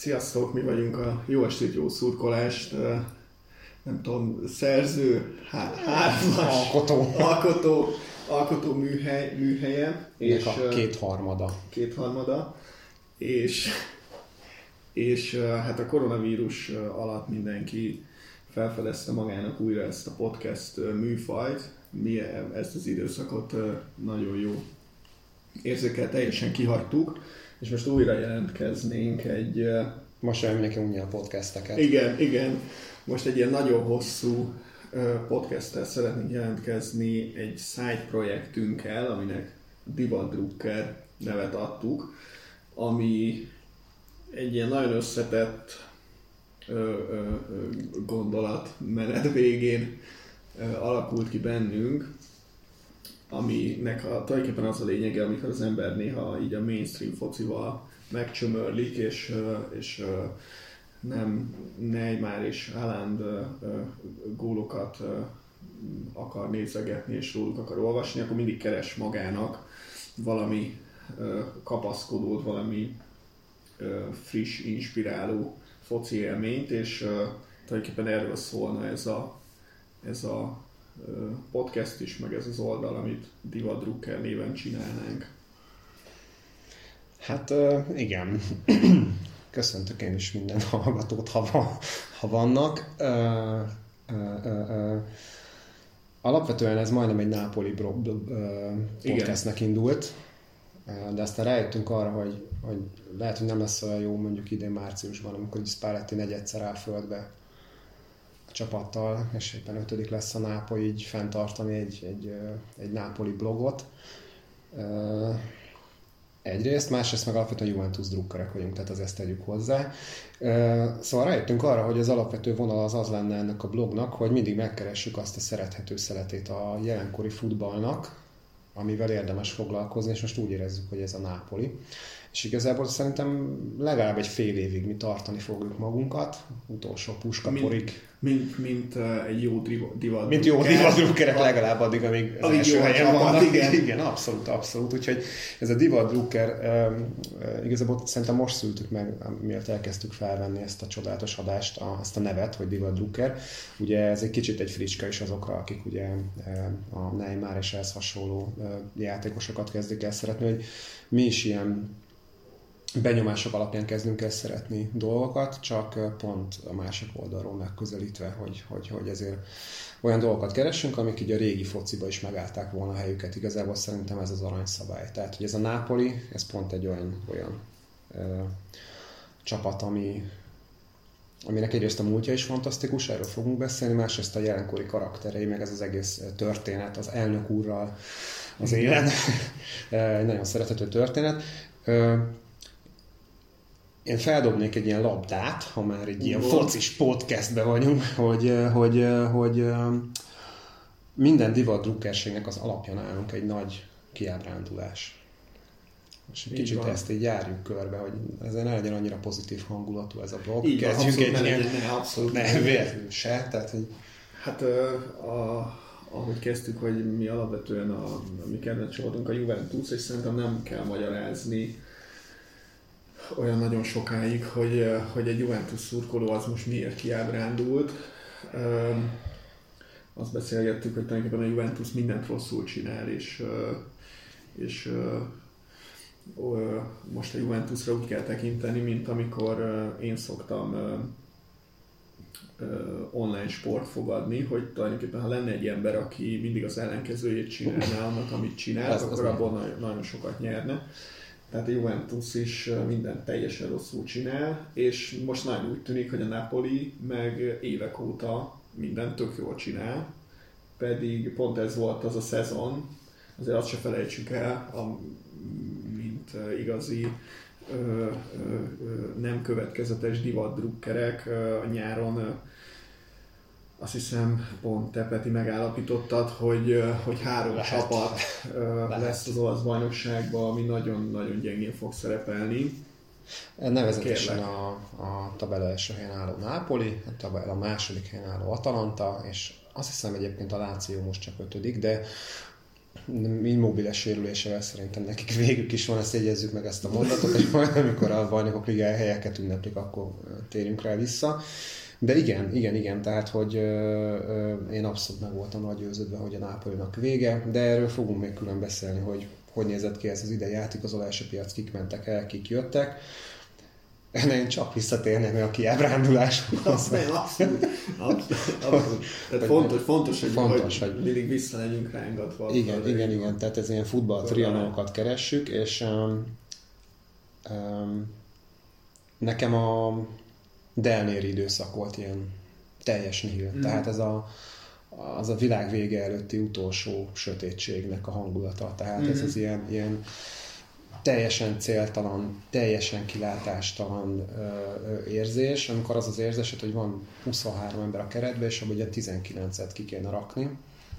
Sziasztok, mi vagyunk a Jó estét, jó szurkolást, nem tudom, szerző, hármas, alkotó műhelye. És a kétharmada. És hát a koronavírus alatt mindenki felfedezte magának újra ezt a podcast műfajt. Mi ezt az időszakot nagyon jó érzékel, teljesen kihagytuk, és most újra jelentkeznénk egy... Most olyan mindenki unja a podcasteket. Igen. Most egy ilyen nagyon hosszú podcasttel szeretnénk jelentkezni egy side projektünkkel, aminek Divat Drucker nevet adtuk, ami egy ilyen nagyon összetett gondolatmenet végén alakult ki bennünk, aminek tulajdonképpen az a lényege, amikor az ember néha így a mainstream focival megcsömörlik, és nem Neymar és Haaland gólokat akar nézegetni, és róluk akar olvasni, akkor mindig keres magának valami kapaszkodót, valami friss, inspiráló foci élményt, és tulajdonképpen erről szólna ez a podcast is, meg ez az oldal, amit Divat Drucker néven csinálnánk. Hát igen. Köszöntök én is minden hallgatót, ha vannak. Alapvetően ez majdnem egy Napoli podcastnek indult, de aztán rájöttünk arra, hogy lehet, hogy nem lesz olyan jó mondjuk idén márciusban, amikor Spalletti negyedszer áll földbe a csapattal, és éppen 5. lesz a Nápoly, így fenntartani egy Napoli blogot. Egyrészt, másrészt meg alapvetően Juventus drukkerek vagyunk, tehát ezt tegyük hozzá. Szóval rájöttünk arra, hogy az alapvető vonal az lenne ennek a blognak, hogy mindig megkeressük azt a szerethető szeletét a jelenkori futballnak, amivel érdemes foglalkozni, és most úgy érezzük, hogy ez a Napoli. És igazából szerintem legalább egy fél évig mi tartani fogjuk magunkat, utolsó puskaporig. Mint egy jó divat. Mint jó divat drukkerek legalább addig, amíg az első helyen vannak. Igen, abszolút. Úgyhogy ez a divat drukker, igazából szerintem most szültük meg, miért elkezdtük felvenni ezt a csodálatos adást, ezt a nevet, hogy divat drukker. Ugye ez egy kicsit egy fricska is azokra, akik ugye a Neymar és ehhez hasonló játékosokat kezdik el szeretni, hogy mi is ilyen benyomások alapján kezdünk el szeretni dolgokat, csak pont a másik oldalról megközelítve, hogy ezért olyan dolgokat keressünk, amik így a régi fociba is megállták volna a helyüket. Igazából szerintem ez az aranyszabály. Tehát, hogy ez a Napoli, ez pont egy olyan csapat, aminek egyrészt a múltja is fantasztikus, erről fogunk beszélni, másrészt a jelenkori karakterei, meg ez az egész történet, az elnök úrral az élen. Egy nagyon szerethető történet. Én feldobnék egy ilyen labdát, ha már egy ilyen focis podcastben vagyunk, hogy minden divat drukkerségnek az alapján állunk egy nagy kiábrándulás. És egy kicsit ezt így járjuk körbe, hogy ezzel ne legyen annyira pozitív hangulatú ez a blog. Így kezdjünk egy ilyen... abszolút ne, véletlenül se. Tehát, hogy... Hát ahogy kezdtük, hogy mi alapvetően a mi kedvenc csapatunk a Juventus, és szerintem nem kell magyarázni olyan nagyon sokáig, hogy egy Juventus szurkoló az most miért kiábrándult. Azt beszélgettük, hogy tulajdonképpen a Juventus mindent rosszul csinál, és most a Juventusra úgy kell tekinteni, mint amikor én szoktam online sport fogadni, hogy tulajdonképpen ha lenne egy ember, aki mindig az ellenkezőjét csinálná annak, amit csinál, akkor abból nagyon sokat nyerne. Tehát a Juventus is mindent teljesen rosszul csinál, és most nagyon úgy tűnik, hogy a Napoli meg évek óta mindent tök jól csinál, pedig pont ez volt az a szezon, azért azt se felejtsük el, mint igazi nem következetes divat drukkerek a nyáron. Azt hiszem, pont te, Peti, megállapítottad, hogy 3 csapat lesz az olasz bajnokságban, ami nagyon-nagyon gyengén fog szerepelni. Nevezetesen a tabella első helyen álló Napoli, a tabella második helyen álló Atalanta, és azt hiszem egyébként a Lazio most csak 5., de immobiles sérülésével szerintem nekik végük is van, ezt jegyezzük meg ezt a mondatot, és majd amikor a bajnokok ligája helyeket ünneplik, akkor térjünk rá vissza. De igen, tehát, hogy én abszolút meg voltam nagy győződve, hogy a Nápolynak vége, de erről fogunk még külön beszélni, hogy nézett ki ez az idei átigazolási piac, kik mentek el, kik jöttek. Én csak visszatérnék a kiábrándulásokhoz. Abszolút. Tehát fontos, hogy mindig vissza legyünk rángatva. Igen, tehát ez ilyen futball trianókat keressük, és nekem a Delnéri időszak volt ilyen teljes nihil. Tehát az a világ vége előtti utolsó sötétségnek a hangulata. Tehát ez az ilyen teljesen céltalan, teljesen kilátástalan érzés, amikor az érzésed, hogy van 23 ember a keretben, és abban ugye 19-et ki kéne rakni,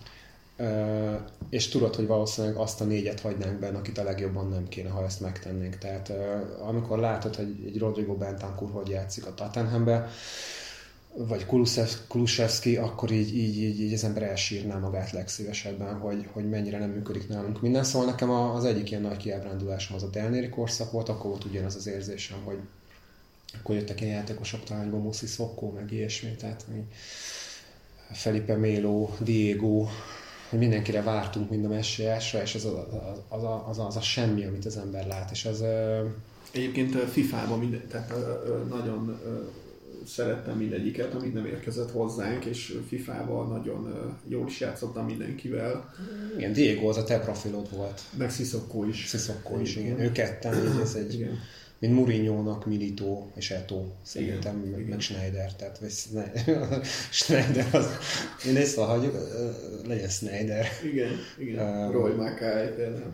és tudod, hogy valószínűleg azt a 4-et hagynánk benne, akit a legjobban nem kéne, ha ezt megtennénk. Tehát amikor látod, hogy egy Rodrigo Bentancur hogy játszik a Tottenhambe, vagy Kulusevski, akkor így az ember elsírná magát legszívesebben, hogy mennyire nem működik nálunk minden. Szóval nekem az egyik ilyen nagy kiábrándulásom az a Delnéri korszak volt, akkor volt ugyanaz az érzésem, hogy akkor jöttek ilyen játékosok, talán Gomu Sissoko, meg ilyesmi, tehát Felipe Melo, Diego, hogy mindenkire vártunk mind a messiásra, és az a semmi, amit az ember lát, és az... Egyébként FIFA-ban tehát nagyon szerettem mindegyiket, amit nem érkezett hozzánk, és FIFA-ban nagyon jól is játszottam mindenkivel. Igen, Diego az a te profilod volt. Meg Sissoko is. Igen. Ő ketten, ez egy... Igen. Mint Mourinho-nak Milito és Eto'o, szerintem, meg Schneider, tehát Schneider az... Én ezt hagyjuk, legyen Schneider. Igen. Roy Mackay például.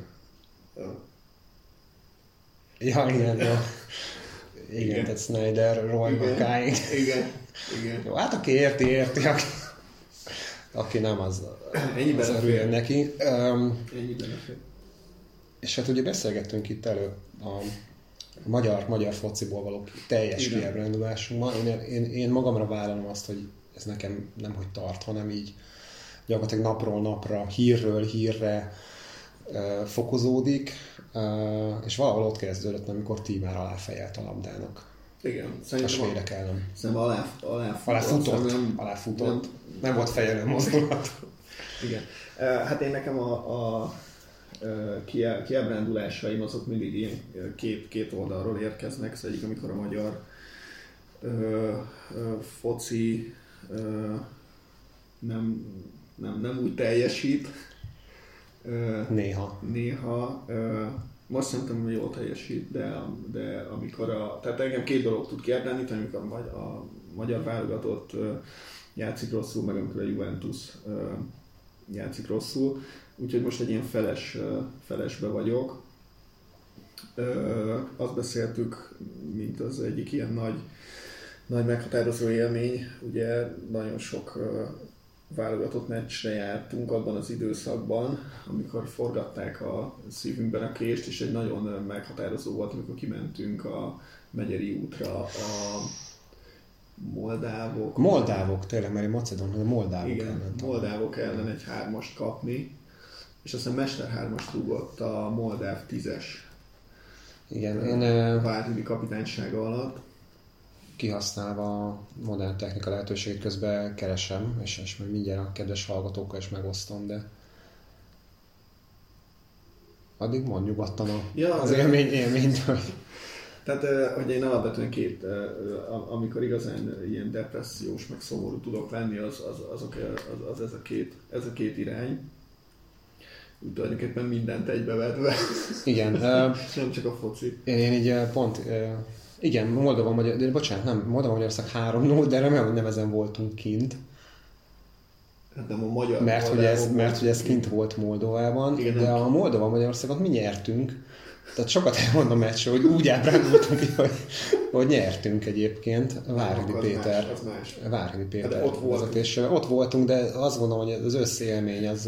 Igen, tehát Schneider, Roy Mackay. Igen. Jó, hát aki érti, aki nem, az örüljön neki. És hát ugye beszélgettünk itt előbb a magyar fociból való teljes kiábrándulásunkban. Én magamra vállalom azt, hogy ez nekem nem hogy tart, hanem így gyakorlatilag napról napra, hírről hírre fokozódik, és valahol ott kezdődött, amikor ti már aláfejelt a labdának. Igen, a svédek ellen. Szerintem aláfutott. Nem volt fejelő mozdulat. Igen. Hát én nekem a kiábrándulásaim azok mindig ilyen két oldalról érkeznek. Az egyik, amikor a magyar foci nem úgy teljesít. Néha. Most szerintem jól teljesít, de amikor tehát engem két dolog tud kiábránítani, amikor a magyar válogatott játszik rosszul, meg amikor a Juventus játszik rosszul. Úgyhogy most egy ilyen felesbe vagyok. Azt beszéltük, mint az egyik ilyen nagy meghatározó élmény. Ugye nagyon sok válogatott meccsre jártunk abban az időszakban, amikor forgatták a szívünkben a kést, és egy nagyon meghatározó volt, amikor kimentünk a Megyeri útra a Moldávok, tényleg, mert Macedón, hanem Moldávok ellen egy 3-ast kapni, és aztán Mester 3-ast rúgott a Moldáv 10-es. Igen, Várhidi kapitánysága alatt. Kihasználva a modern technika lehetőségét közben keresem, és majd mindjárt a kedves hallgatókkal is megosztom, de addig mond nyugodtan az élményt. Tehát, hogy én alapvetően amikor igazán ilyen depressziós, meg szomorú tudok lenni, az ez a két irány. Úgy tulajdonképpen mindent egybevetve. Igen. Nem csak a foci. Én így pont... Igen, Moldova-Magyarország 3-0, de remélem, hogy nem ezen voltunk kint. Hát nem a magyar. Mert hogy ez kint volt Moldovában, igen, de a Moldova-Magyarországot mi nyertünk. Tehát sokat elmond a meccsről, hogy úgy ábrándultunk ki, hogy nyertünk egyébként. Várhidi Péter vezetésével. Ott voltunk, de azt gondolom, hogy az összélmény az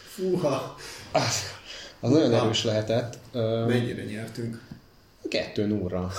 nagyon erős lehetett. Mennyire nyertünk? 2-0-ra.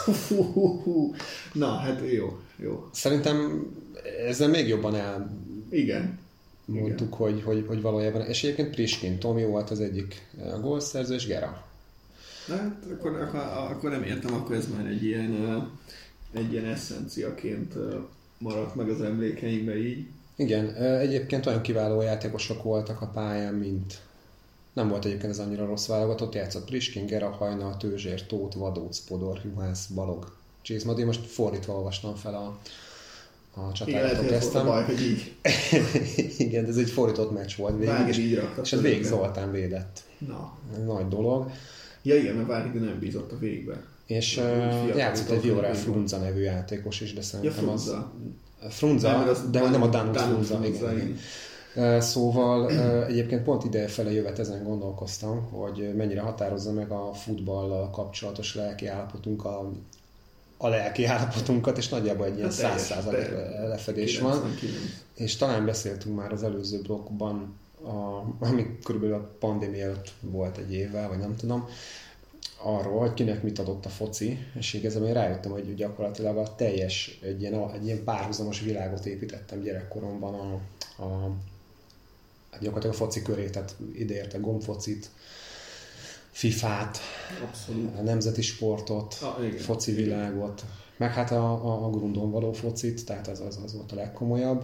Na, hát jó. Szerintem ezzel még jobban Igen. mondtuk, hogy valójában, és egyébként Priskin Tomi volt az egyik gólszerző, és Gera. Hát akkor nem értem, akkor ez már egy ilyen eszenciaként maradt meg az emlékeimbe így. Igen, egyébként olyan kiváló játékosok voltak a pályán, mint nem volt egyébként ez annyira rossz válogatott, játszott Priskin, Gera, Hajnal, Tőzsér, Tóth, Vadóc, Podor, Juhász, Balog, Csizmadi. Most fordítva olvastam fel a csatáratot kezdtem. Igen, hogy így. Igen, ez egy fordított meccs volt végig. És ez végig Zoltán védett. Na. Nagy dolog. Ja igen, mert Várigi nem bízott a végbe. És játszott egy Viorel Frunza nevű játékos is, de szerintem Frunza. Frunza, de nem a Danusz Frunza. Igen. Szóval egyébként pont idefele jövet ezen gondolkoztam, hogy mennyire határozza meg a futballal kapcsolatos lelki állapotunk a lelki állapotunkat, és nagyjából egy ilyen 100% lefedés van. És talán beszéltünk már az előző blokkban, ami körülbelül a pandémia előtt volt egy évvel, vagy nem tudom, arról, hogy kinek mit adott a foci, és igazából én rájöttem, hogy gyakorlatilag a teljes, egy ilyen párhuzamos világot építettem gyerekkoromban gyakorlatilag a foci köré, tehát ideérte gombfocit, FIFA-t, a nemzeti sportot, foci világot, meg hát a grundon való focit, tehát az volt a legkomolyabb,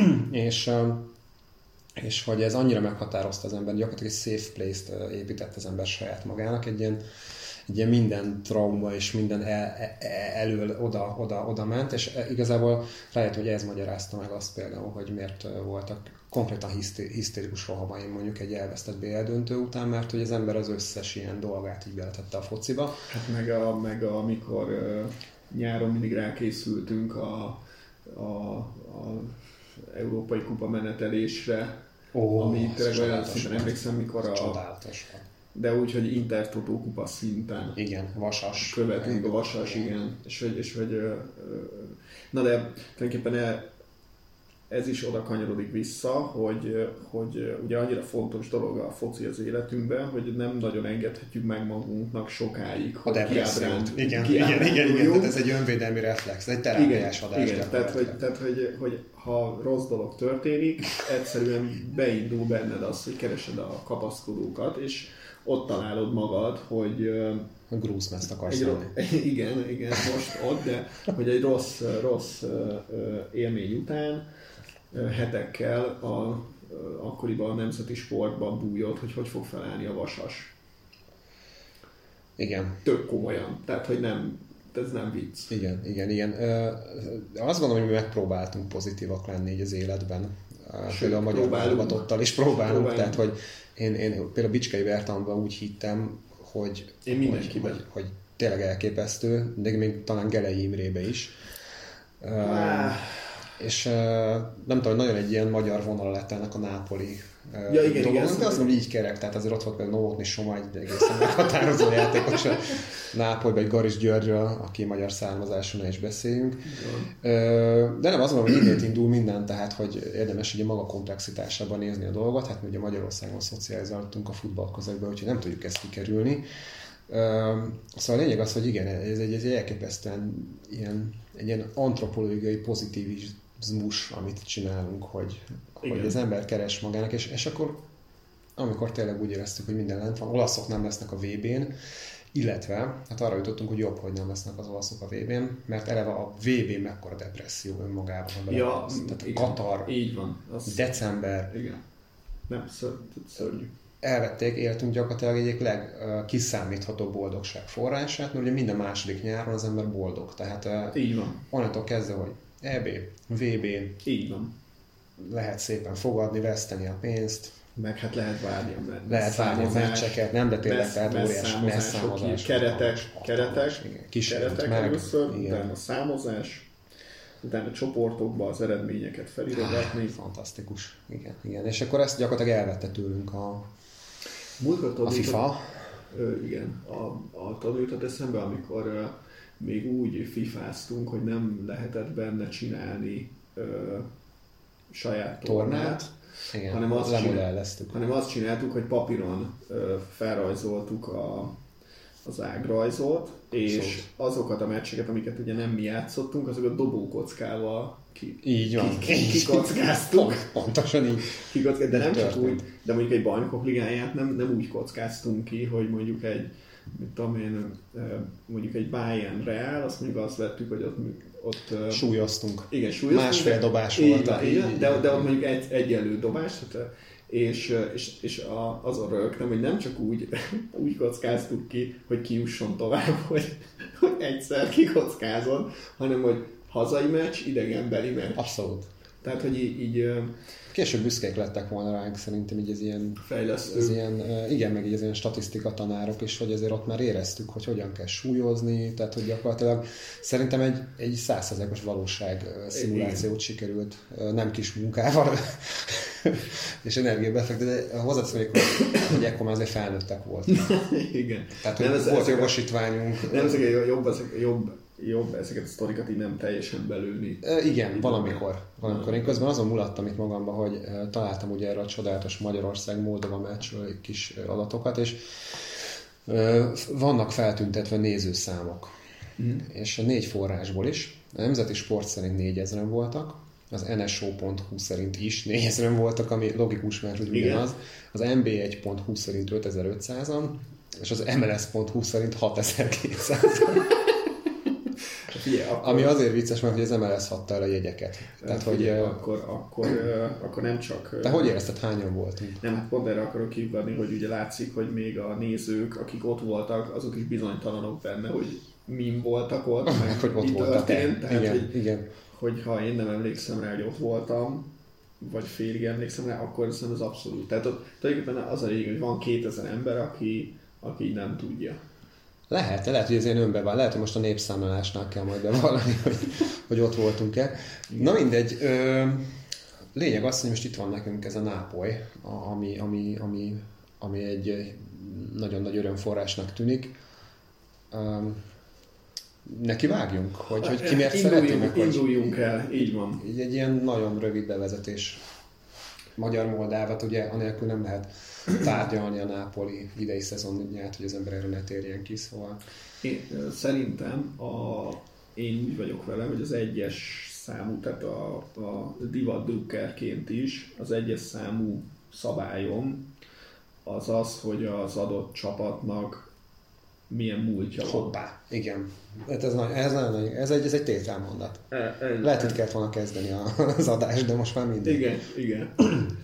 és hogy ez annyira meghatározta az ember, gyakorlatilag egy safe place-t épített az ember saját magának, egy ilyen minden trauma és minden elől oda ment, és igazából rájött, hogy ez magyarázta meg azt például, hogy miért voltak konkrétan hisztérikus rohamaim mondjuk egy elvesztett BL döntő után, mert hogy az ember az összes ilyen dolgát így beletette a fociba. Hát meg amikor nyáron mindig rákészültünk a Európai Kupa menetelésre, ami tényleg olyan szinten emlékszem, mikor csodálatos volt. De úgy, hogy Intertotó kupa szinten. Igen, Vasas. Követünk a Vasas, igen. És hogy na de tulajdonképpen ez is oda kanyarodik vissza, hogy ugye annyira fontos dolog a foci az életünkben, hogy nem nagyon engedhetjük meg magunknak sokáig, a depressziót. Igen, tehát ez egy önvédelmi reflex, egy terápiás adás. Igen, tehát hogy ha rossz dolog történik, egyszerűen beindul benned az, hogy keresed a kapaszkodókat, és ott találod magad, hogy a Grúzmeszt akarsz lenni. Igen, most ott, de hogy egy rossz élmény után hetekkel akkoriban a nemzeti sportban bújott, hogy fog felállni a Vasas. Igen. Tök komolyan. Tehát, hogy ez nem vicc. Igen. Azt gondolom, hogy mi megpróbáltunk pozitívak lenni így az életben. Például a magyar válogatottal is próbálunk. Tehát, hogy én például Bicskei Bertalanban úgy hittem, hogy tényleg elképesztő, de még talán Gelei Imrébe is. És nem tudom, nagyon egy ilyen magyar vonal lett ennek a nápoli dolog. De azt mondom, hogy így kerek, tehát azért ott volt például Novotny Soma, egy egészen meghatározó játékos a Nápolyban, egy Garis Györgyről, aki magyar származású, ne is beszéljünk. De nem, azt mondom, hogy innét indul minden, tehát hogy érdemes ugye maga komplexitásában nézni a dolgot. Hát mi ugye Magyarországon szocializáltunk a futballközegben, úgyhogy nem tudjuk ezt kikerülni. Szóval a lényeg az, hogy igen, ez egy elképesztően egy ilyen antropológiai pozitivizmus, amit csinálunk, hogy az ember keres magának, és akkor amikor tényleg úgy éreztük, hogy minden lent van, olaszok nem lesznek a VB-n, illetve hát arra jutottunk, hogy jobb, hogy nem lesznek az olaszok a VB-n, mert eleve a VB mekkora depresszió önmagában. Tehát a Katar, így van. december. Igen. Nem, szörnyű. Elvették életünk gyakorlatilag egyik legkiszámíthatóbb boldogság forrását, mert ugye minden második nyáron az ember boldog. Tehát így van. Onnantól kezdve, hogy EB, VB, így van. Lehet szépen fogadni, veszteni a pénzt. Meg hát lehet várni a meccseket, nem, de tényleg tehát óriás messzámozás. Keretek először, utána a számozás, utána a csoportokba az eredményeket felirogatni. Fantasztikus. Igen. És akkor ezt gyakorlatilag elvette tőlünk a FIFA. Igen. A jutott eszembe, amikor még úgy fifáztunk, hogy nem lehetett benne csinálni saját tornát. Igen, hanem azt csináltuk, hogy papíron felrajzoltuk az ágrajzot, és azokat a meccseket, amiket ugye nem mi játszottunk, azokat dobókockával kikockáztuk. Pontosan így. De nem csak úgy, de mondjuk egy bajnokok ligáját nem úgy kockáztunk ki, hogy mondjuk mondjuk egy Bayern Real, azt mondjuk azt vettük, hogy ott súlyoztunk. Igen, súlyoztunk. Másfél dobás volt. De ott mondjuk egyenlő dobás, és az a rögtem, hogy nem csak úgy kockáztuk ki, hogy kijusson tovább, hogy egyszer kikockázod, hanem hogy hazai meccs, idegenbeli meccs. Abszolút. Tehát, hogy így később büszkék lettek volna ránk szerintem így ez ilyen fejlesztő. Igen, meg így az ilyen statisztika tanárok is, hogy azért ott már éreztük, hogy hogyan kell súlyozni, tehát hogy gyakorlatilag szerintem egy 100%-os valóság szimulációt sikerült, nem kis munkával és energiabefektetésre, de hozzáteszem, hogy ekkor már azért felnőttek voltunk. Igen. Tehát, hogy volt jogosítványunk. Nem, ezek jobb ezeket a sztorikat így nem teljesen belőni. Igen, valamikor. Én közben azon mulattam itt magamban, hogy találtam ugye erre a csodálatos Magyarország-Moldova meccsről egy kis adatokat, és vannak feltüntetve nézőszámok. És 4 forrásból is. A Nemzeti Sport szerint 4000-en voltak, az nso.hu szerint is 4000-en voltak, ami logikus, mert hogy ugyanaz. Az nb1.hu szerint 5500-an, és az mls.hu szerint 6200-an. Ami azért vicces, mert hogy az MLS adta el a jegyeket. Tehát, hogy, akkor nem csak... Te hogy érezted, hányan voltunk? Nem, hát pont erre akarok kiugrani, hogy ugye látszik, hogy még a nézők, akik ott voltak, azok is bizonytalanok benne, hogy min voltak ott, meg hogy ott voltak. Tehát, igen. Hogyha én nem emlékszem rá, hogy ott voltam, vagy félig emlékszem rá, akkor szerintem az abszolút. Tehát ott tulajdonképpen az a lényeg, hogy van 2000 ember, aki nem tudja. Lehet, hogy ez ilyen önbevall. Lehet, hogy most a népszámlálásnál kell majd bevallani, hogy ott voltunk-e. Na mindegy. Lényeg az, hogy most itt van nekünk ez a Nápoly, ami egy nagyon nagy örömforrásnak tűnik. Neki vágjunk, hogy ki miért szereti meg? Induljunk el, így van. Egy ilyen nagyon rövid bevezetés. Magyar-Moldávát ugye anélkül nem lehet tárgyalni a Nápoli idei szezonját, hogy az ember erről ne térjen ki, szóval... Szerintem én úgy vagyok vele, hogy az egyes számú, tehát a divat drukkerként is az egyes számú szabályom az az, hogy az adott csapatnak milyen múltja van. Hoppá, igen. Ez egy tételmondat. Lehet, hogy kellett volna kezdeni az adást, de most már minden. Igen.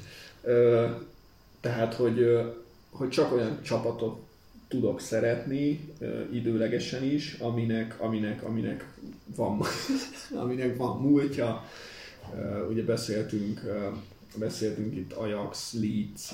Tehát, hogy csak olyan csapatot tudok szeretni, időlegesen is, aminek van múltja. Ugye beszéltünk itt Ajax, Leeds,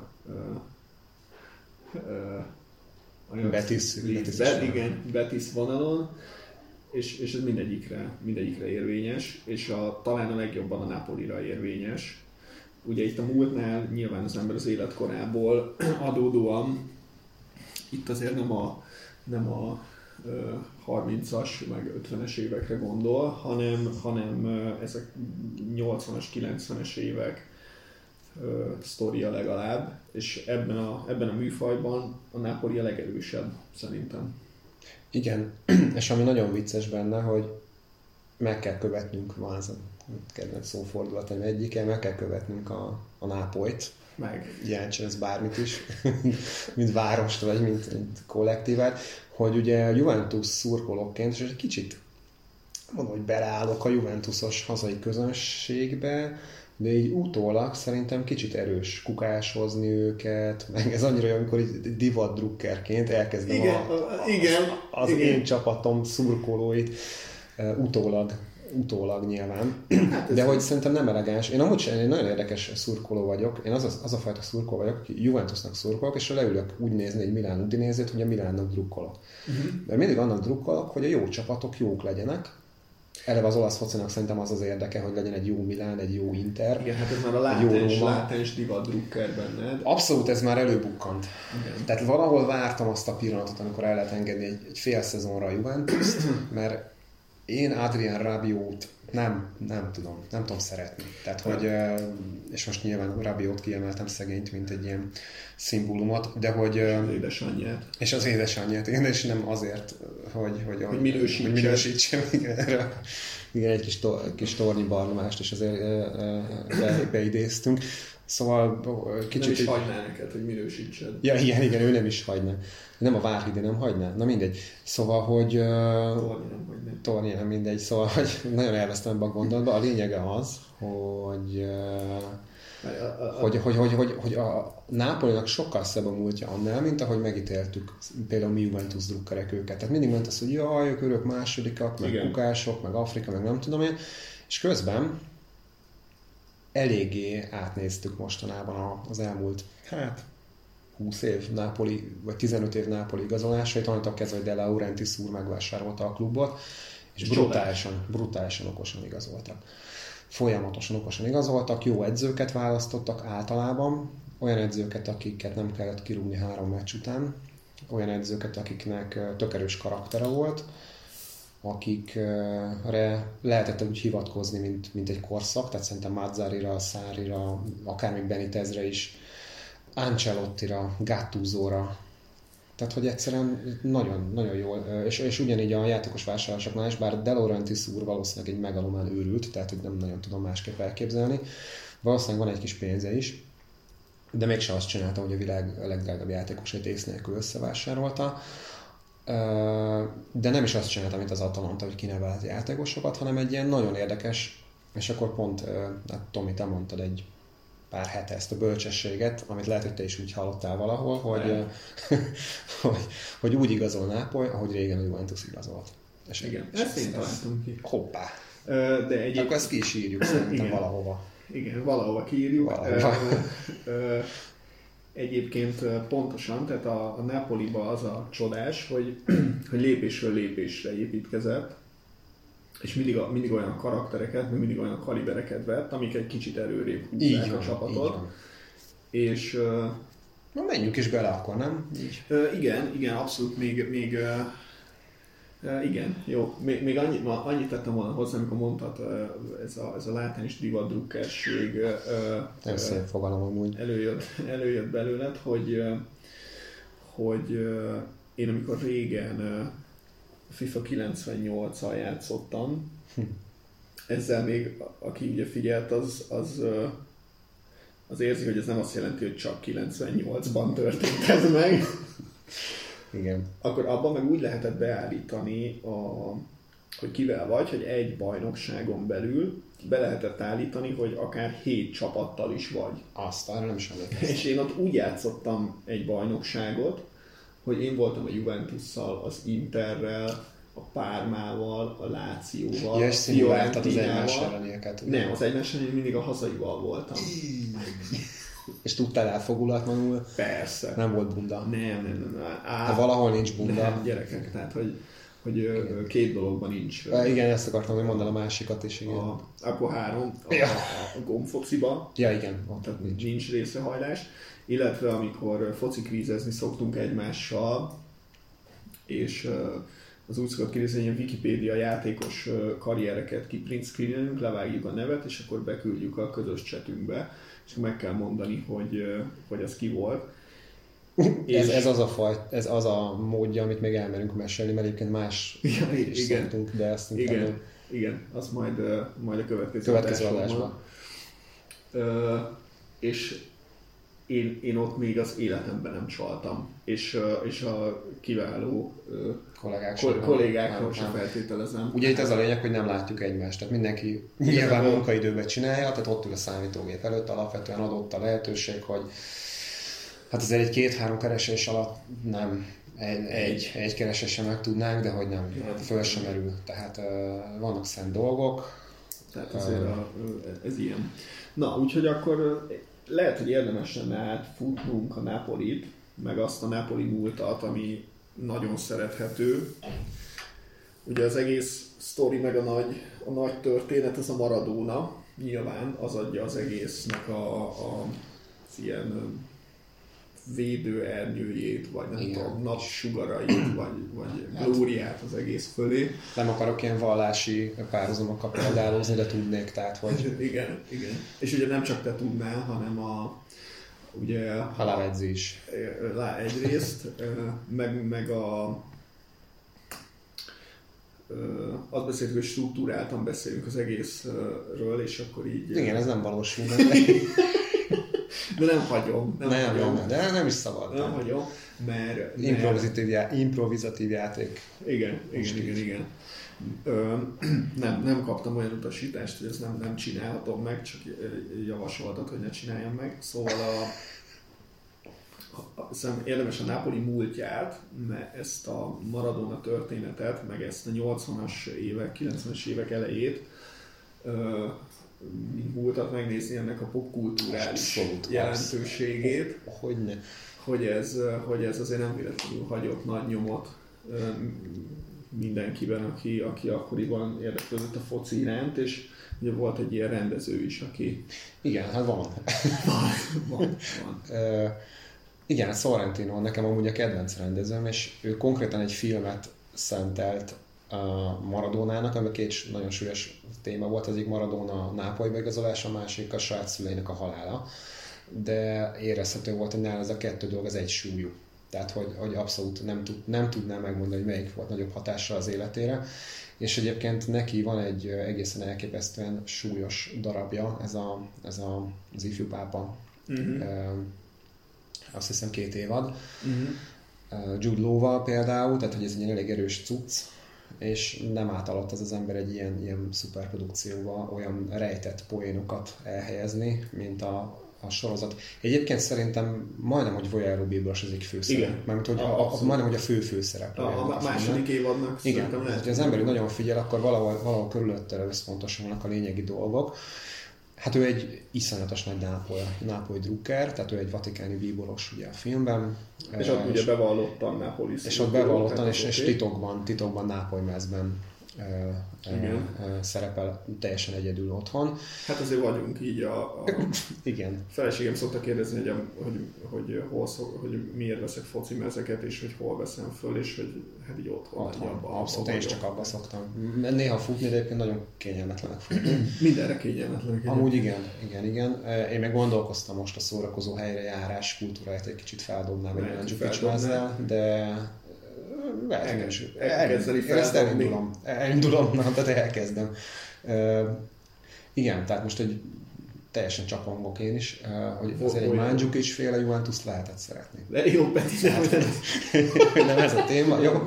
Betis vonalon, és ez mindegyikre érvényes, és talán a legjobban a Napolira érvényes. Ugye itt a múltnál nyilván az ember az életkorából adódóan, itt azért nem a 30-as, meg 50-es évekre gondol, hanem ezek 80-as, 90-es évek sztoria legalább, és ebben a műfajban a Napoli a legerősebb szerintem. Igen, és ami nagyon vicces benne, hogy meg kell követnünk, van ez a kedvenc szófordulatom egyike, meg kell követnünk a Nápolyt, jelentsen ez bármit is, mint várost, vagy mint kollektívát, hogy ugye a Juventus szurkolóként, és egy kicsit mondom, hogy beleállok a Juventusos hazai közönségbe, de így utólag szerintem kicsit erős kukáshozni őket, meg ez annyira, amikor így divat drukkerként elkezdem az én csapatom szurkolóit utólag nyilván. Hát de hogy szerintem nem elegáns. Én amúgy egy nagyon érdekes szurkoló vagyok. Én az a fajta szurkoló vagyok, aki Juventusnak szurkolok, és leülök úgy nézni egy Milán Udinézét, hogy a Milánnak drukkolok. Mert mindig annak drukkolok, hogy a jó csapatok jók legyenek. Eleve az olasz focinak szerintem az érdeke, hogy legyen egy jó Milán, egy jó Inter. Igen, hát ez már a látens divat drukker benned. Abszolút, ez már előbukkant. Igen. Tehát valahol vártam azt a pillanatot, amikor el lehet engedni egy fél szezonra a Juventust, mert Én Adrien Rabiot nem tudom szeretni. Tehát, hogy, és most nyilván Rabiot kiemeltem szegényt, mint egy ilyen szimbólumot, de hogy... Az édesanyját. És az édesanyját, igen, és nem azért, hogy minősítsem. Igen, egy kis tornyi barnomást is azért beidéztünk. Szóval kicsit... Nem is hagyná neked, hogy minősítsed. Ja, igen, ő nem is hagyná. Nem a Várhidi nem hagyná? Na mindegy. Szóval, hogy... Tornyi nem mindegy. Szóval, hogy nagyon elvesztem ebbe a gondolatba. A lényege az, hogy a Nápolinak sokkal szebb a múltja annál, mint ahogy megítéltük például mi Juventus drukkerek őket. Tehát mindig ment az, hogy jaj, ők örök másodikak, meg kukások, meg Afrika, meg nem tudom én. És közben eléggé átnéztük mostanában az elmúlt, 20 év Nápoli, vagy 15 év Nápoli igazolásait, onnantól kezdve, hogy De Laurentiis úr megvásárolta a klubot, és brutálisan okosan igazoltak. Folyamatosan okosan igazoltak, jó edzőket választottak általában, olyan edzőket, akiket nem kellett kirúgni 3 meccs után, olyan edzőket, akiknek tök erős karaktere volt, akikre lehetett úgy hivatkozni, mint egy korszak, tehát szerintem Mazzarira, Sarrira, akár még Benitezre is, Ancelottira, Gattusóra. Tehát, hogy egyszerűen nagyon, nagyon jól, és ugyanígy a játékos vásárlásoknál is, bár De Laurentiis úr valószínűleg egy megalomán őrült, tehát hogy nem nagyon tudom másképp elképzelni. Valószínűleg van egy kis pénze is, de mégsem azt csinálta, hogy a világ legdrágább játékosait ész nélkül összevásárolta. De nem is azt csinálta, mint az Atalanta, hogy kinevelt játékosokat, hanem egy ilyen nagyon érdekes, és akkor pont, Tomi, te mondtad egy pár hete ezt a bölcsességet, amit lehet, hogy te is úgy hallottál valahol, hogy úgy igazol Nápoly, ahogy régen a Juventus igazolt. És igen, ezt én találtam ki. Hoppá! De akkor ezt ki is írjuk szerintem igen. Valahova. Igen, valahova kiírjuk. Egyébként pontosan, tehát a Napoliban az a csodás, hogy lépésről lépésre építkezett, és mindig olyan karaktereket, mindig olyan kalibereket vett, amik egy kicsit előrébb húzzák a csapatot. És... Na menjünk is bele akkor, nem? Igen, abszolút még igen, jó. Még annyit tettem volna hozzá, amikor mondtad, ez a látáns divat drukkerség szép fogalom amúgy. Előjött belőled, hogy én amikor régen FIFA 98-al játszottam, ezzel még aki ugye figyelt, az érzi, hogy ez nem azt jelenti, hogy csak 98-ban történt ez meg. Igen. Akkor abban meg úgy lehetett beállítani, hogy kivel vagy, hogy egy bajnokságon belül be lehetett állítani, hogy akár 7 csapattal is vagy. Azt arra nem is emlékeztem. És én ott úgy játszottam egy bajnokságot, hogy én voltam a Juventusszal, az Interrel, a Parmával, a Lációval, és szimuláltad az egymás ellenieket. Nem, az egymás ellen mindig a hazaival voltam. És tudtál elfogulatlanul? Persze. Nem volt bunda? Nem. Ha valahol nincs bunda. Nem, gyerekek, tehát hogy 2 dologban nincs. Igen, ezt akartam, hogy mondd el a másikat is. Igen. Akkor 3, a gombfociba. Ja, igen. Tehát nincs részrehajlás. Illetve amikor focikvízezni szoktunk egymással, és az úgy szokott kérdezni, hogy a Wikipédia játékos karriereket kiprint screenelünk, levágjuk a nevet, és akkor beküldjük a közös chatünkbe, és meg kell mondani, hogy az ki volt. Ez az a módja, amit még elmerünk mesélni, mert egyébként más is szoktunk, de ezt igen, azt majd a következő adásban. És én ott még az életemben nem csaltam, és a kiváló kollégákról sem feltételezem. Ugye itt ez a lényeg, hogy nem látjuk egymást, tehát mindenki nyilván munkaidőben csinálja, tehát ott ül a számítógép előtt, alapvetően adott a lehetőség, hogy hát azért egy 2-3 keresés alatt nem egy kereséssel meg tudnánk, de hogy nem, föl sem merül. Tehát vannak szent dolgok. Tehát azért ez ilyen. Na, úgyhogy akkor lehet, hogy érdemes lenne átfutnunk a Napolit, meg azt a Napoli múltat, ami nagyon szerethető. Ugye az egész sztori, meg a nagy történet, ez a Maradona. Nyilván az adja az egésznek az ilyen védőernyőjét, vagy nem tudom, napsugarait, vagy glóriát az egész fölé. Nem akarok ilyen vallási párhuzamokkal példálózni, de tudnék, tehát hogy... Igen. És ugye nem csak te tudnál, hanem ugye... Haláledzés. Egyrészt, meg azt beszéltük, hogy struktúráltan beszélünk az egészről, és akkor így... Igen, ez nem valósul meg. De nem hagyom. De nem is szabad. Nem hagyom, mert... Improvizatív játék. Igen. Nem kaptam olyan utasítást, hogy ezt nem csinálhatom meg, csak javasoltad, hogy ne csináljam meg. Szóval érdemes a Napoli múltját, mert ezt a Maradona történetet, meg ezt a 80-as évek, 90-es évek elejét múltat megnézni, ennek a popkulturális jelentőségét. Hogyne. Hogy ez azért nem véletlenül hagyott nagy nyomot mindenkiben, aki akkoriban érdeklődött a foci iránt, és ugye volt egy ilyen rendező is, aki... Igen, hát van. van. Igen, Sorrentino nekem amúgy a kedvenc rendezőm, és ő konkrétan egy filmet szentelt Maradonának, ami két nagyon súlyos téma volt, az egyik Maradona Nápolyba igazolása, a másik a saját szüleinek a halála. De érezhető volt, hogy nála ez a kettő dolog az egy súlyú. Tehát, hogy abszolút nem tudnám megmondani, hogy melyik volt nagyobb hatással az életére. És egyébként neki van egy egészen elképesztően súlyos darabja, az Ifjú pápa. Azt hiszem 2 évad. Jude Law-val például, tehát hogy ez egy elég erős cucc, és nem átaladt az ember egy ilyen szuperprodukcióba olyan rejtett poénokat elhelyezni, mint a sorozat. Egyébként szerintem majdnem, hogy Voyeur Biblos az egyik főszerep. Mármint, hogy majdnem, hogy a főszerep. A második évadnak igen, lehet, hogy az ember nagyon figyel, akkor valahol körülötte összpontosulnak a lényegi dolgok. Hát ő egy iszonyatos nagy nápoly drukker, tehát ő egy vatikáni bíboros ugye a filmben. És ott ugye bevallottan Nápoli. És ott bevallottan, és titokban Nápoly mezben szerepel teljesen egyedül otthon. Hát azért vagyunk így Igen. Feleségem szokta kérdezni, hogy miért veszek foci mezeket, és hogy hol veszem föl, és hogy hát így otthon. Abszolút, én is csak abba szoktam. Néha futni, de egyébként nagyon kényelmetlenek futni. Mindenre kényelmetlenek. Amúgy igen. Én meg gondolkoztam most a szórakozó helyre járás kultúráját egy kicsit feldobnám egy olyan dzsukicsmezzel, de elindulom, tehát elkezdem. Igen, tehát most egy teljesen csapongok én is, hogy azért egy Mandzukic féle Juventus lehetett szeretni. De jó, Peti, nem ez a téma. Jó.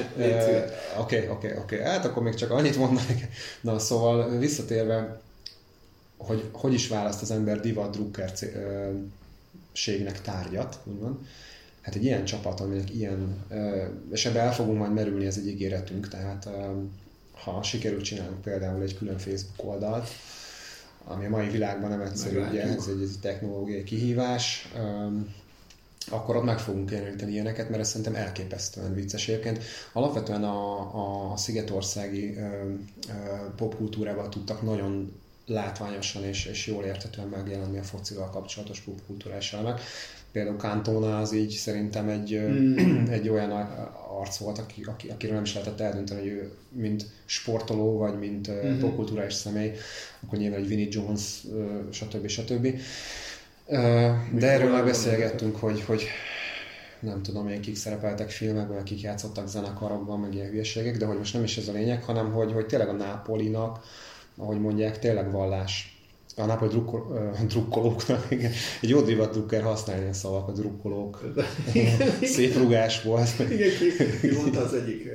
Oké. Hát akkor még csak annyit mondanék. Na, szóval visszatérve, hogy is választ az ember divat drukkerségnek tárgyat, úgymond. Hát egy ilyen csapat, aminek ilyen, és ebbe el fogunk majd merülni, ez egy ígéretünk, tehát ha sikerül csinálnunk például egy külön Facebook oldalt, ami a mai világban nem egyszerű, ugye, ez egy technológiai kihívás, akkor ott meg fogunk jeleníteni ilyeneket, mert ez szerintem elképesztően vicces. Egyébként alapvetően a szigetországi popkultúrával tudtak nagyon látványosan és jól érthetően megjelenni a focival kapcsolatos popkultúrás elemek. Például Cantona az így szerintem egy olyan arc volt, akiről nem is lehetett eldönteni, hogy ő mint sportoló, vagy mint popkulturális személy, akkor nyilván egy Vinnie Jones, stb. De erről már beszélgettünk, hogy nem tudom én, kik szerepeltek filmekben, kik játszottak zenekarokban, meg ilyen hülyeségek, de hogy most nem is ez a lényeg, hanem hogy tényleg a Nápolinak, ahogy mondják, tényleg vallás. A Nápoly drukkolóknak, igen. Egy jó divat drukker használni ilyen szavak, a drukkolók. Szép rugás volt. Igen, ki mondta az egyik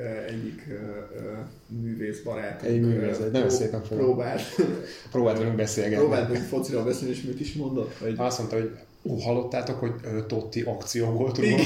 művész barátunk. Egy művész, nagyon szépen próbált velünk beszélgetni. Próbált velünk fociról beszélni, és mit is mondott? Hogy... Azt mondta, hogy hallottátok, hogy Totti akció volt róla.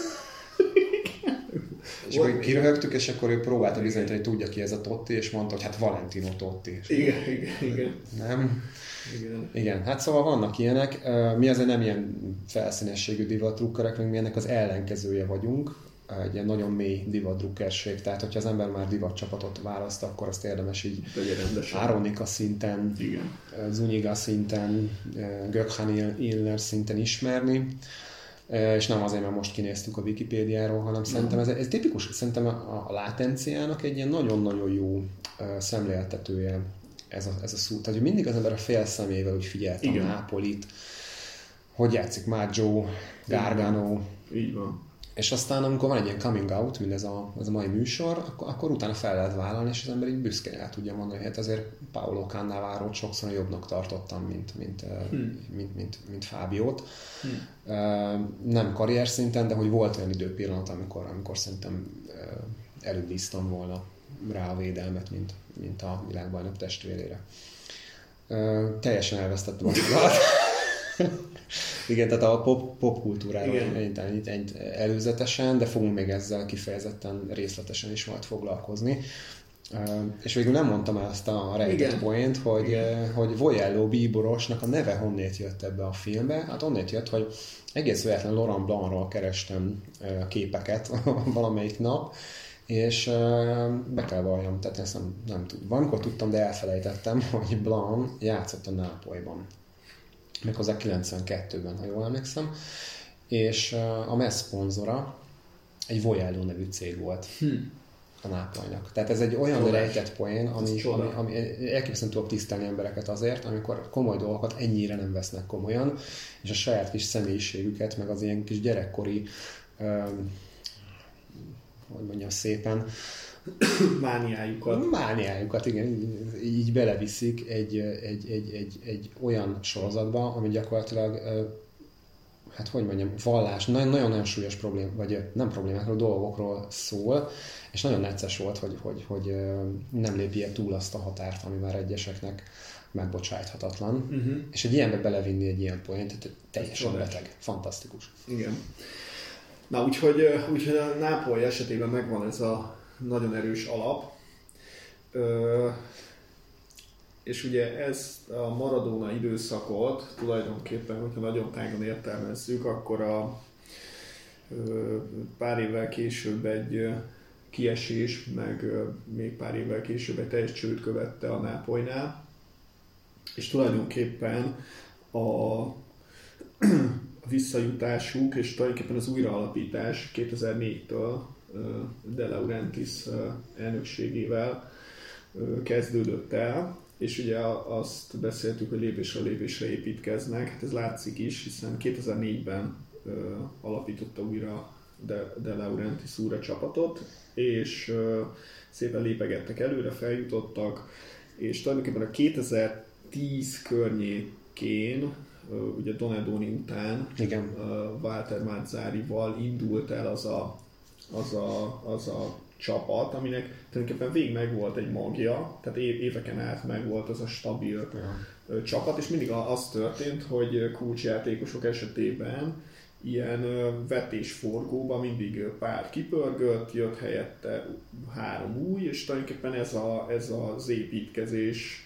És akkor kiröhögtük, és akkor ő próbálta bizonyítani, hogy tudja ki ez a Totti, és mondta, hogy hát Valentino Totti. Igen. Nem? Igen, hát szóval vannak ilyenek. Mi azért nem ilyen felszínességű divatdrukkerek, mi ennek az ellenkezője vagyunk. Egy ilyen nagyon mély divatdrukkerség. Tehát, hogyha az ember már divatcsapatot választ, akkor azt érdemes így Áronika szinten, Zuniga szinten, Gökhan Iller szinten ismerni. és nem azért, mert most kinéztük a Wikipédiáról, hanem szerintem ez tipikus, szerintem a látenciának egy ilyen nagyon-nagyon jó szemléltetője ez a szó. Tehát, hogy mindig az ember a fél szemével úgy figyelte a Nápolit, hogy játszik Maggio, Gargano. Így van. És aztán, amikor van egy ilyen coming out, mint ez a mai műsor, akkor utána fel lehet vállalni, és az ember így büszkén el tudja mondani, hogy hát azért Paolo Cannavarot sokszor jobbnak tartottam, mint Fábiót. Nem karrier szinten, de hogy volt olyan időpillanat, amikor szerintem előbb bíztam volna rá a védelmet, mint a világbajnok testvérére. Teljesen elvesztettem a tudat. Igen, tehát a popkultúráról ennyit előzetesen, de fogunk még ezzel kifejezetten részletesen is majd foglalkozni. És végül nem mondtam el azt a rejtett poént, hogy Vojello bíborosnak a neve honnét jött ebbe a filmbe. Hát onnét jött, hogy egész véletlen Laurent Blancról kerestem képeket valamelyik nap, és be kell valljam, tehát ezt nem tudom. Valamikor tudtam, de elfelejtettem, hogy Blanc játszott a Nápolyban. Méghozzá 92-ben, ha jól emlékszem, és a MESZ szponzora egy Vojello nevű cég volt a Nápolynak. Tehát ez egy olyan rejtett poén, ami elképesztően tudok tisztelni embereket azért, amikor komoly dolgokat ennyire nem vesznek komolyan, és a saját kis személyiségüket, meg az ilyen kis gyerekkori, hogy mondjam szépen, Mániájukat, igen, így beleviszik egy olyan sorozatba, ami gyakorlatilag, hát hogy mondjam, vallás, nagyon-nagyon súlyos vagy nem problémákról, dolgokról szól, és nagyon necces volt, hogy nem lépje túl azt a határt, ami már egyeseknek megbocsájthatatlan. És egy ilyenbe belevinni egy ilyen poént, teljesen beteg, fantasztikus. Igen. Na, úgyhogy a Nápoly esetében megvan ez a nagyon erős alap, és ugye ezt a Maradona időszakot tulajdonképpen, hogyha nagyon tágan értelmezzük, akkor a pár évvel később egy kiesés, meg még pár évvel később egy teljes csőd követte a Nápolynál, és tulajdonképpen a visszajutásuk és tulajdonképpen az újraalapítás 2004-től De Laurentiis elnökségével kezdődött el, és ugye azt beszéltük, hogy lépésről lépésre építkeznek, hát ez látszik is, hiszen 2004-ben alapította újra De Laurentiis úr a csapatot, és szépen lépegettek előre, feljutottak, és tulajdonképpen a 2010 környékén, ugye Donadoni után Walter Mazzarival indult el az a csapat, aminek tulajdonképpen végig megvolt egy magja, tehát éveken át megvolt az a stabil csapat, és mindig az történt, hogy kulcsjátékosok esetében ilyen vetésforgóban mindig pár kipörgött, jött helyette 3 új, és tulajdonképpen ez az építkezés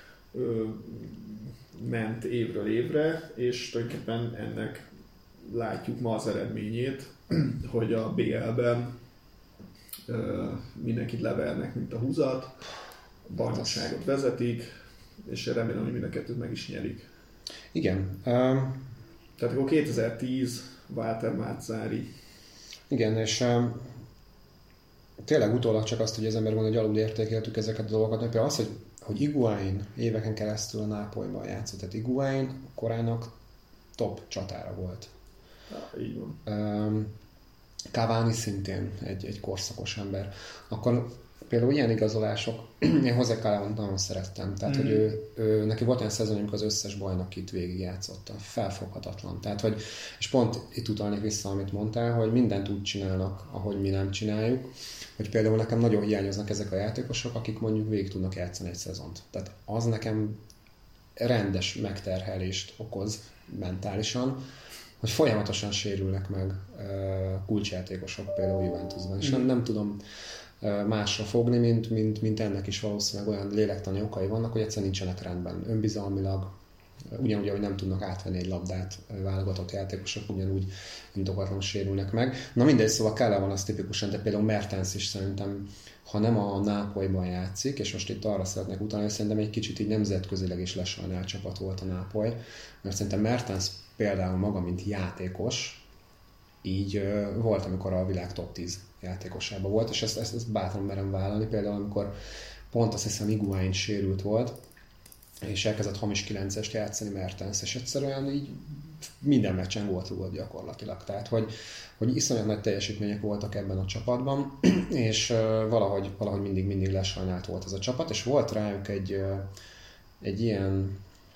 ment évről évre, és tulajdonképpen ennek látjuk ma az eredményét, hogy a BL-ben mindenkit levernek, mint a húzat, a bajnokságot vezetik, és remélem, hogy mind a kettőt meg is nyerik. Igen. Tehát akkor 2010 Walter Mazzari. Igen, és tényleg utólag csak azt, hogy az ember mondja, hogy alul értékeltük ezeket a dolgokat, például az, hogy Higuaín éveken keresztül a Nápolyban játszott, tehát Higuaín korának top csatára volt. Ja, így van. Cavani szintén egy korszakos ember. Akkor például ilyen igazolások, én José Calderont nagyon szerettem, tehát hogy ő neki volt olyan szezon, amikor az összes bajnokit végigjátszotta. Felfoghatatlan. Tehát, hogy, és pont itt utalnék vissza, amit mondtál, hogy mindent úgy csinálnak, ahogy mi nem csináljuk, hogy például nekem nagyon hiányoznak ezek a játékosok, akik mondjuk végig tudnak játszani egy szezont. Tehát az nekem rendes megterhelést okoz mentálisan, hogy folyamatosan sérülnek meg kulcsjátékosok például Juventusban, és nem tudom másra fogni, mint ennek is valószínűleg olyan lélektani okai vannak, hogy egyszerűen nincsenek rendben önbizalmilag, ugyanúgy, ahogy nem tudnak átvenni egy labdát válogatott játékosok, ugyanúgy indokatlanul sérülnek meg. Na mindegy, szóval Kella van az tipikusan, de például Mertens is szerintem, ha nem a Nápolyban játszik, és most itt arra szeretnék utalni, hogy szerintem egy kicsit így nemzetközileg is lesajnált csapat volt a Nápoly, mert szerintem Mertens például maga, mint játékos, így volt, amikor a világ top 10 játékosában volt, és ezt bátran merem vállalni, például amikor pont azt hiszem Higuaín sérült volt, és elkezdett hamis 9-est játszani Mertens, és egyszerűen így minden meccsen volt rúgott gyakorlatilag. Tehát, hogy iszonyat nagy teljesítmények voltak ebben a csapatban, és valahogy mindig lesajnált volt ez a csapat, és volt rájuk egy ilyen,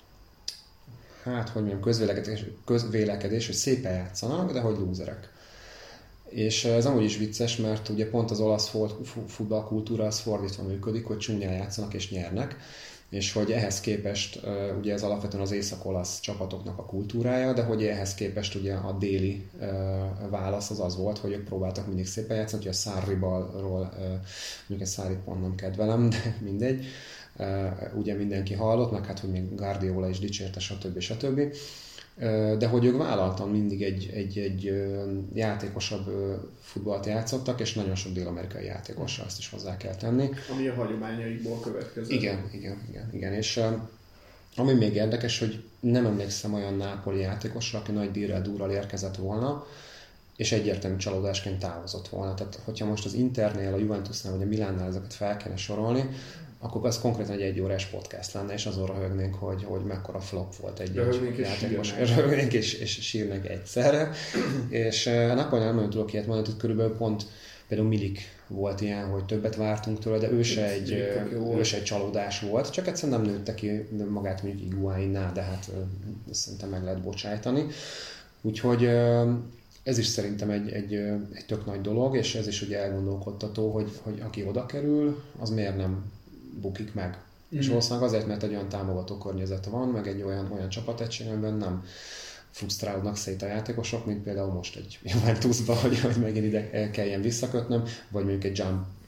hát hogy mondjam, közvélekedés, hogy szépen játszanak, de hogy lúzerek. És ez amúgy is vicces, mert ugye pont az olasz futballkultúra az fordítva működik, hogy csúnyán játszanak és nyernek, és hogy ehhez képest, ugye ez alapvetően az észak-olasz csapatoknak a kultúrája, de hogy ehhez képest ugye a déli válasz az volt, hogy ők próbáltak mindig szépen játszani, hogy a Sarribalról, mondjuk egy Sarrit pont nem kedvelem, de mindegy, ugye mindenki hallott, meg hát, hogy még Guardiola is dicsérte, stb. De hogy ők vállaltan mindig egy játékosabb futballt játszottak, és nagyon sok dél-amerikai játékossal, azt is hozzá kell tenni. Ami a hagyományaikból következett. Igen. És ami még érdekes, hogy nem emlékszem olyan nápoli játékosra, aki nagy dírrel, durral érkezett volna, és egyértelmű csalódásként távozott volna. Tehát, hogyha most az Internél, a Juventusnál vagy a Milánnál ezeket fel kellene sorolni, akkor az konkrétan egy óriás podcast lenne, és azon röhögnénk, hogy mekkora flop volt egy játékos. Röhögnénk és sírnénk egyszerre. És a Napoli nem tudok ilyet mondani, hogy körülbelül pont például Milik volt ilyen, hogy többet vártunk tőle, de ő se egy csalódás volt, csak egyszerűen nem nőtte ki magát mondjuk Higuaínnál, de hát szerintem meg lehet bocsájtani. Úgyhogy ez is szerintem egy tök nagy dolog, és ez is ugye elgondolkodtató, hogy aki oda kerül, az miért nem bukik meg. És valószínűleg azért, mert egy olyan támogató környezet van, meg egy olyan csapategység, amiben nem frusztrálódnak szét a játékosok, mint például most egy Juventusban, hogy megint ide kelljen visszakötném, vagy mondjuk egy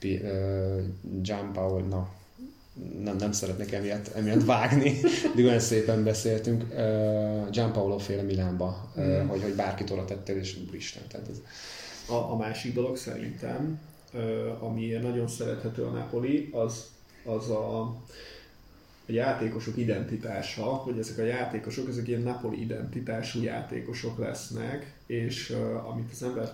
Gianpaolo, nem szeretnék emiatt vágni, de olyan szépen beszéltünk, Gianpaolo féle Milánba, hogy bárkit oda tettél, és úristen. Tehát ez... A másik dolog szerintem, ami nagyon szerethető a Napoli, az a játékosok identitása, hogy ezek a játékosok, ezek ilyen Napoli identitású játékosok lesznek, és amit az ember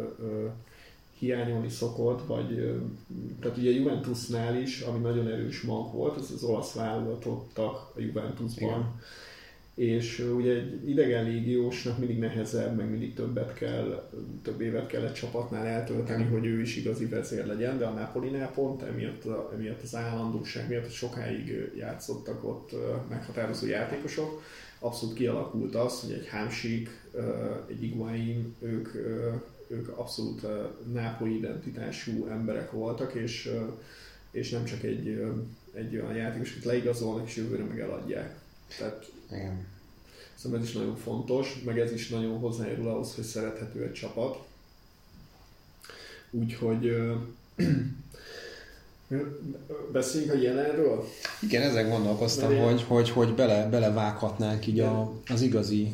hiányolni szokott, tehát ugye a Juventusnál is, ami nagyon erős mag volt, az olasz válogatottak a Juventusban. Igen. És ugye egy idegen légiósnak mindig nehezebb, meg mindig több évet kell egy csapatnál eltölteni, hogy ő is igazi vezér legyen, de a Napolinál pont emiatt az állandóság miatt, hogy sokáig játszottak ott meghatározó játékosok, abszolút kialakult az, hogy egy Hamsik, egy Higuaín, ők abszolút nápolyi identitású emberek voltak, és nem csak egy olyan játékos, akit leigazolnak, és jövőre meg eladják. Tehát igen. Szóval ez is nagyon fontos, meg ez is nagyon hozzájárul ahhoz, hogy szerethető egy csapat. Úgyhogy beszéljünk a jelenről? Igen, ezen gondolkoztam, hogy belevághatnánk így az igazi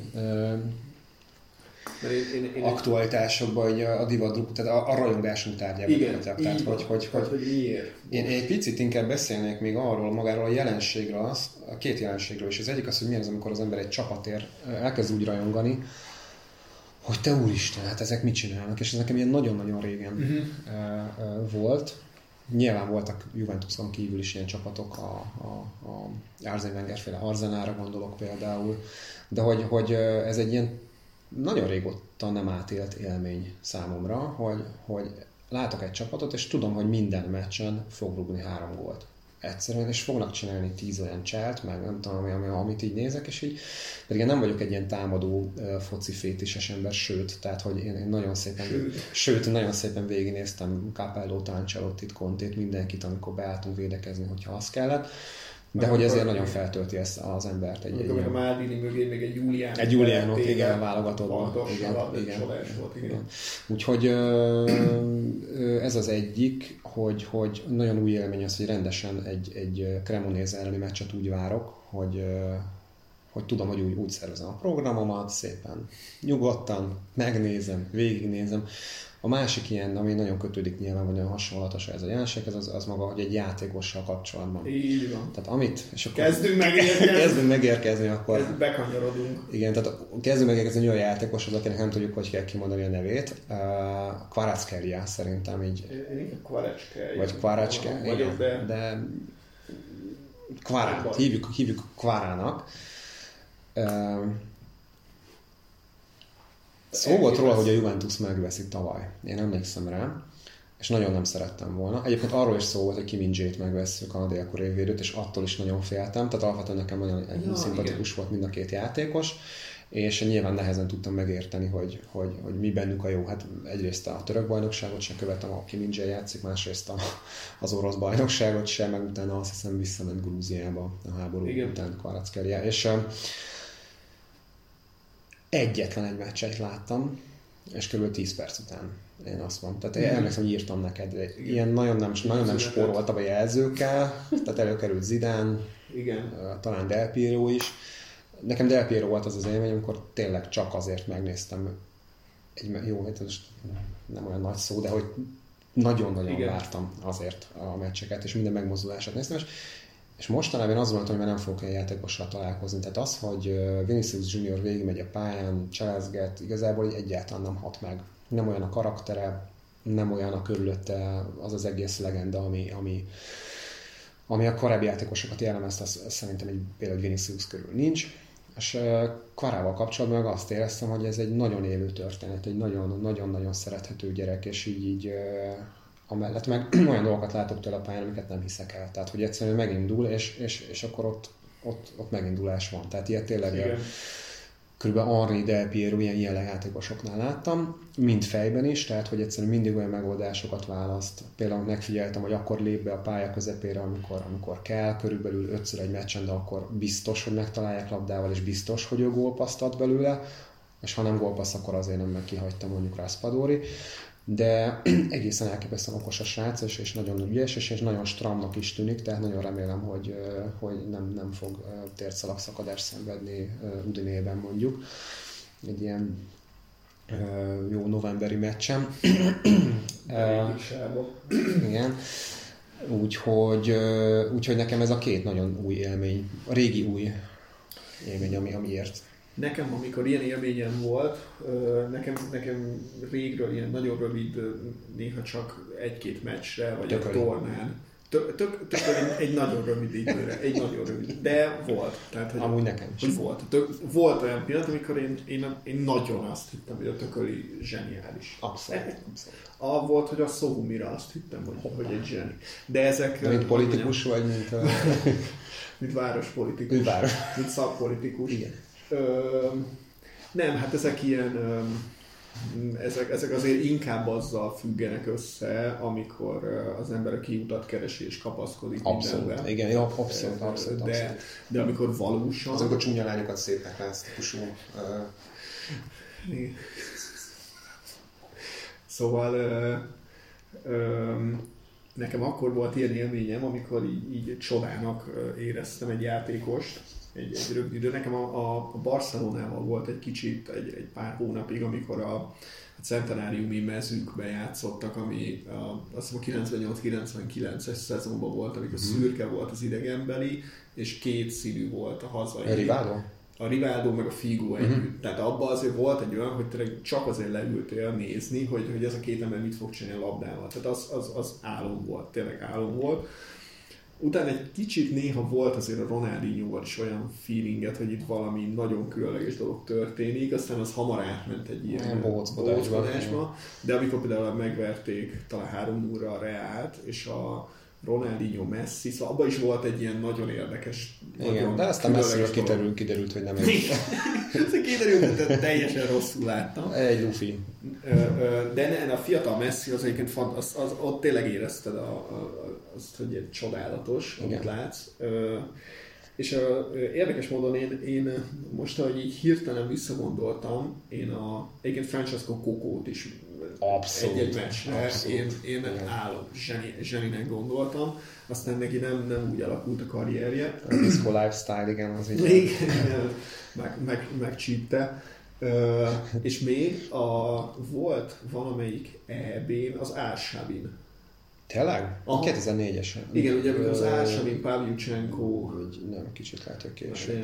aktualitásokba, a divat, tehát a rajongásunk tárgyában. Igen, tehát, hogy miért? Én egy picit inkább beszélnék még magáról a jelenségről, a két jelenségről is. Az egyik az, hogy milyen az, amikor az ember egy csapatért elkezd úgy rajongani, hogy te úristen, hát ezek mit csinálnak, és ez nekem ilyen nagyon-nagyon régen volt. Nyilván voltak Juventuson kívül is ilyen csapatok, a Arsene Wenger-féle Arsenára gondolok például, de hogy ez egy ilyen nagyon régóta nem átélt élmény számomra, hogy látok egy csapatot, és tudom, hogy minden meccsen fog rúgni 3 gólt. Egyszerűen, és fognak csinálni 10 olyan cselt, meg nem tudom, amit így nézek, és így, pedig én nem vagyok egy ilyen támadó foci fétises ember, tehát, hogy én nagyon szépen végignéztem Capellót, Ancelottit, Contét, mindenkit, amikor beálltunk védekezni, hogyha az kellett. De hogy ezért nagyon feltölti ezt az embert egy ilyen... A Maldini mögé még egy Giuliano. Egy Giuliano, igen, válogatottban. Igen. Úgyhogy ez az egyik, hogy nagyon új élmény az, hogy rendesen egy Cremonese elleni meccset úgy várok, hogy tudom, hogy úgy szervezem a programomat, szépen nyugodtan megnézem, végignézem. A másik ilyen, ami nagyon kötődik nyilván, vagy nagyon hasonlatos ez a jelenség, az maga, hogy egy játékossal kapcsolatban. Így van. Tehát amit... És akkor kezdünk megérkezni, akkor... Bekanyarodunk. Igen, tehát kezdünk megérkezni olyan játékoshoz, akinek nem tudjuk, hogy kell kimondani a nevét. Kvaratskhelia szerintem így. Kvaratskhelia. Vagy Kvaratskhelia, igen. De Kvarát, hívjuk Kvarának. Szó volt róla, hogy a Juventus megveszi tavaly. Én emlékszem rá, és nagyon nem szerettem volna. Egyébként arról is szó volt, hogy Kim Min-jae-t megvesszük, a dél-koreai védőt, és attól is nagyon féltem. Tehát alapvetően nekem nagyon szimpatikus volt mind a két játékos, és nyilván nehezen tudtam megérteni, hogy mi bennük a jó. Hát egyrészt a török bajnokságot sem követem, a Kim Min-jae játszik, másrészt az orosz bajnokságot sem, meg utána azt hiszem visszament Grúziába a háború után Kvaratskhelia. És egyetlen egy meccset láttam, és kb. 10 perc után én azt mondtam. Tehát én emlékszem, hogy írtam neked. Ilyen nagyon nem spóroltam a jelzőkkel, tehát előkerült Zidane, talán Del Piero is. Nekem Del Piero volt az élmény, amikor tényleg csak azért megnéztem jó, hát ez nem olyan nagy szó, de hogy nagyon-nagyon vártam azért a meccseket, és minden megmozdulását néztem, és mostanában az volt, hogy már nem fogok ilyen játékossal találkozni. Tehát az, hogy Vinicius Junior végigmegy a pályán, cselezget, igazából egyáltalán nem hat meg. Nem olyan a karaktere, nem olyan a körülötte az az egész legenda, ami a korábbi játékosokat jellemezte, az szerintem például Vinicius körül nincs. És Kvarával kapcsolatban meg azt éreztem, hogy ez egy nagyon élő történet, egy nagyon-nagyon szerethető gyerek, és így amellett meg olyan dolgokat látok tőle a pályán, amiket nem hiszek el. Tehát, hogy egyszerűen megindul, és akkor ott megindulás van. Tehát ilyet tényleg körülbelül Henry, Del Piero, ilyen játékosoknál láttam, mind fejben is, tehát, hogy egyszerűen mindig olyan megoldásokat választ. Például megfigyeltem, hogy akkor lép be a pálya közepére, amikor kell, körülbelül 5-ször egy meccsen, de akkor biztos, hogy megtalálják labdával, és biztos, hogy ő gólpasszt ad belőle, és ha nem gólpassz, akkor azért nem megkihagytam mondjuk Raspadori. De egészen elképesztően okos a srác, és nagyon ügyes, és nagyon stramnak is tűnik, tehát nagyon remélem, hogy nem fog térszalagszakadást szenvedni Udinében mondjuk. Egy ilyen jó novemberi meccsen. Igen. Úgyhogy nekem ez a két nagyon új élmény, a régi új élmény, amiért. Nekem, amikor ilyen élményem volt, nekem régről ilyen nagyon rövid, néha csak egy-két meccsre, vagy a tornán. Egy nagyon rövid időre, de volt. Tehát, hogy amúgy nekem is. Volt olyan pillanat, amikor én nagyon azt hittem, hogy a Tököli zseniális. Abszolút. Volt, hogy a Sohumira azt hittem, hogy egy zseni. De ezek... Mint politikus vagy, mint várospolitikus. Mint szakpolitikus. Igen. Nem, hát ezek ilyen, ezek azért inkább azzal függenek össze, amikor az ember a kiutat keresi és kapaszkodik mindenben. Abszolút, igen, jó, abszolút. De amikor valósan... Azok a csúnya lányokat szépnek lesz típusú. Szóval nekem akkor volt ilyen élményem, amikor így csodának éreztem egy játékost, egy rövid idő. Nekem a Barcelonával volt egy kicsit, egy pár hónapig, amikor a centenáriumi mezőkbe játszottak, ami azt hiszem a 98-99-es szezonban volt, amikor szürke volt az idegenbeli, és két színű volt a hazai. A Rivaldo meg a Figo együtt. Tehát abban azért volt egy olyan, hogy tényleg csak azért leültél nézni, hogy ez a két ember mit fog csinálni a labdával. Tehát az álom volt, tényleg álom volt. Utána egy kicsit néha volt azért a Ronaldinhoval is olyan feelinget, hogy itt valami nagyon különleges dolog történik, aztán az hamar átment egy ilyen bóckodásba. De amikor például megverték talán 3-0-ra a Reált, és a Ronaldinho, Messi, szóval abban is volt egy ilyen nagyon érdekes, igen, de aztán Messiről kiderült, hogy nem egy. Kiderült, hogy teljesen rosszul láttam. Egy lufi. De a fiatal Messi az egyébként ott tényleg érezted azt, hogy egy csodálatos, amit látsz. És érdekes módon én most, ahogy így hirtelen visszagondoltam, egyébként Francesco Cocót is egy meccsre, én állom, zseninek gondoltam, aztán neki nem úgy alakult a karrierje. A disco lifestyle, igen, az így. Igen, megcsípte. És még volt valamelyik EB-n az Arshavin. Tényleg? 2004-es. Igen, ugye az Arshavin, Pavlyuchenko. Nem, kicsit lehet, hogy később.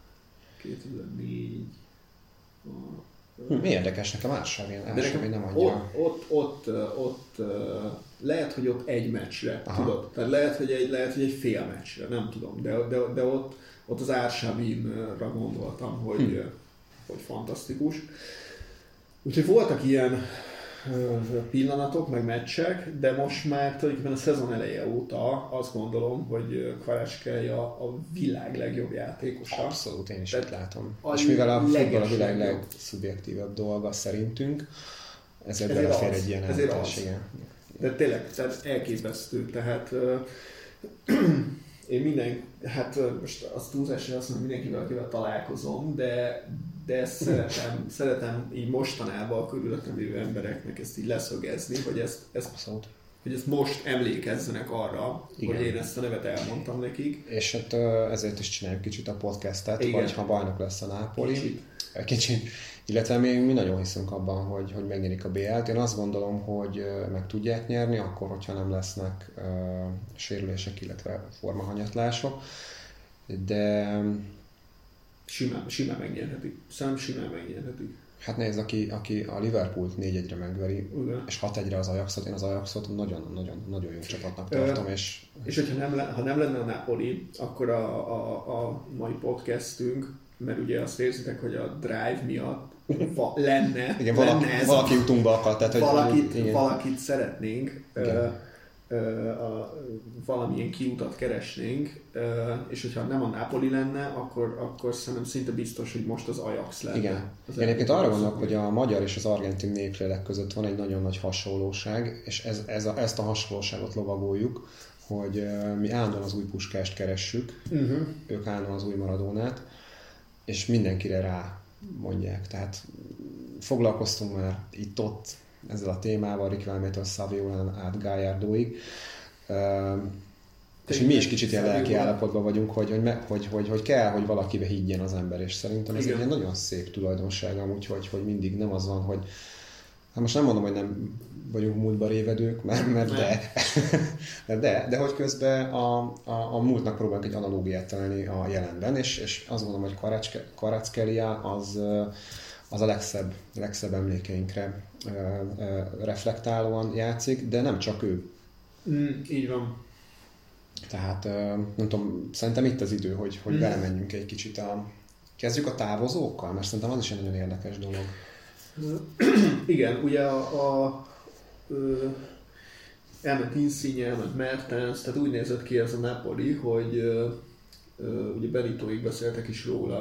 2004. Mi érdekes, nekem Arshavin nem annyira. Ott lehet, hogy ott egy meccsre, tudod? Tehát lehet, hogy egy fél meccsre, nem tudom. De ott az Arshavinra gondoltam, hogy fantasztikus. Úgyhogy voltak ilyen pillanatok, meg meccsek, de most már tulajdonképpen a szezon eleje óta azt gondolom, hogy Kvaratskhelia a világ legjobb játékosa. Abszolút, én is itt látom. És mivel a futball a világ legszubjektívebb dolga szerintünk, ezért belefér egy ilyen állítás. De tényleg, tehát elképesztő. Tehát én most az túlzásra azt mondom, mindenkivel, akivel találkozom, de szeretem így mostanában a körülöttem lévő embereknek ezt így leszögezni, hogy ezt most emlékezzenek arra, igen, hogy én ezt a nevet elmondtam nekik. És hát ezért is csináljuk kicsit a podcastet, igen, vagy ha bajnok lesz a Napoli. Kicsit. Illetve mi nagyon hiszünk abban, hogy megnyerik a BL-t. Én azt gondolom, hogy meg tudják nyerni, akkor, hogyha nem lesznek sérülések, illetve formahanyatlások. De simán megnyerhetik. Szerintem simán megnyerhetik. Hát nézd, aki a Liverpoolt 4-1-re megveri, és 6-1-re az Ajaxot, én az Ajaxot nagyon jó csapatnak tartom. És hogyha ha nem lenne a Napoli, akkor a mai podcastünk, mert ugye azt érzitek, hogy a Drive miatt lenne, igen, valaki utunkba akad. Tehát, valakit szeretnénk, valamilyen kiutat keresnénk, és hogyha nem a Napoli lenne, akkor szerintem szinte biztos, hogy most az Ajax lenne. Igen. Én egyébként arra gondolok, hogy a magyar és az argentin néplélek között van egy nagyon nagy hasonlóság, és ezt a hasonlóságot lovagoljuk, hogy mi állandóan az új Puskást keressük, ők állandóan az új Maradónát, és mindenkire rá mondják. Tehát foglalkoztunk már itt-ott ezzel a témával, Riquelmétől Saviolán át Gallardoig. És mi is kicsit ilyen lelki állapotban vagyunk, hogy kell, hogy valakibe higgyen az ember, és szerintem ez egy nagyon szép tulajdonság amúgy, hogy mindig nem az van, hogy hát most nem mondom, hogy nem vagyunk múltba révedők, mert de hogy közben a múltnak próbálunk egy analógiát találni a jelenben, és azt gondolom, hogy Kvaratskhelia az a legszebb emlékeinkre reflektálóan játszik, de nem csak ő. Így van. Tehát nem tudom, szerintem itt az idő, hogy belemenjünk egy kicsit kezdjük a távozókkal, mert szerintem az is egy nagyon érdekes dolog. Igen, ugye elment Insigne, elment Mertens, tehát úgy nézett ki ez a Napoli, hogy ugye Benitoig beszéltek is róla,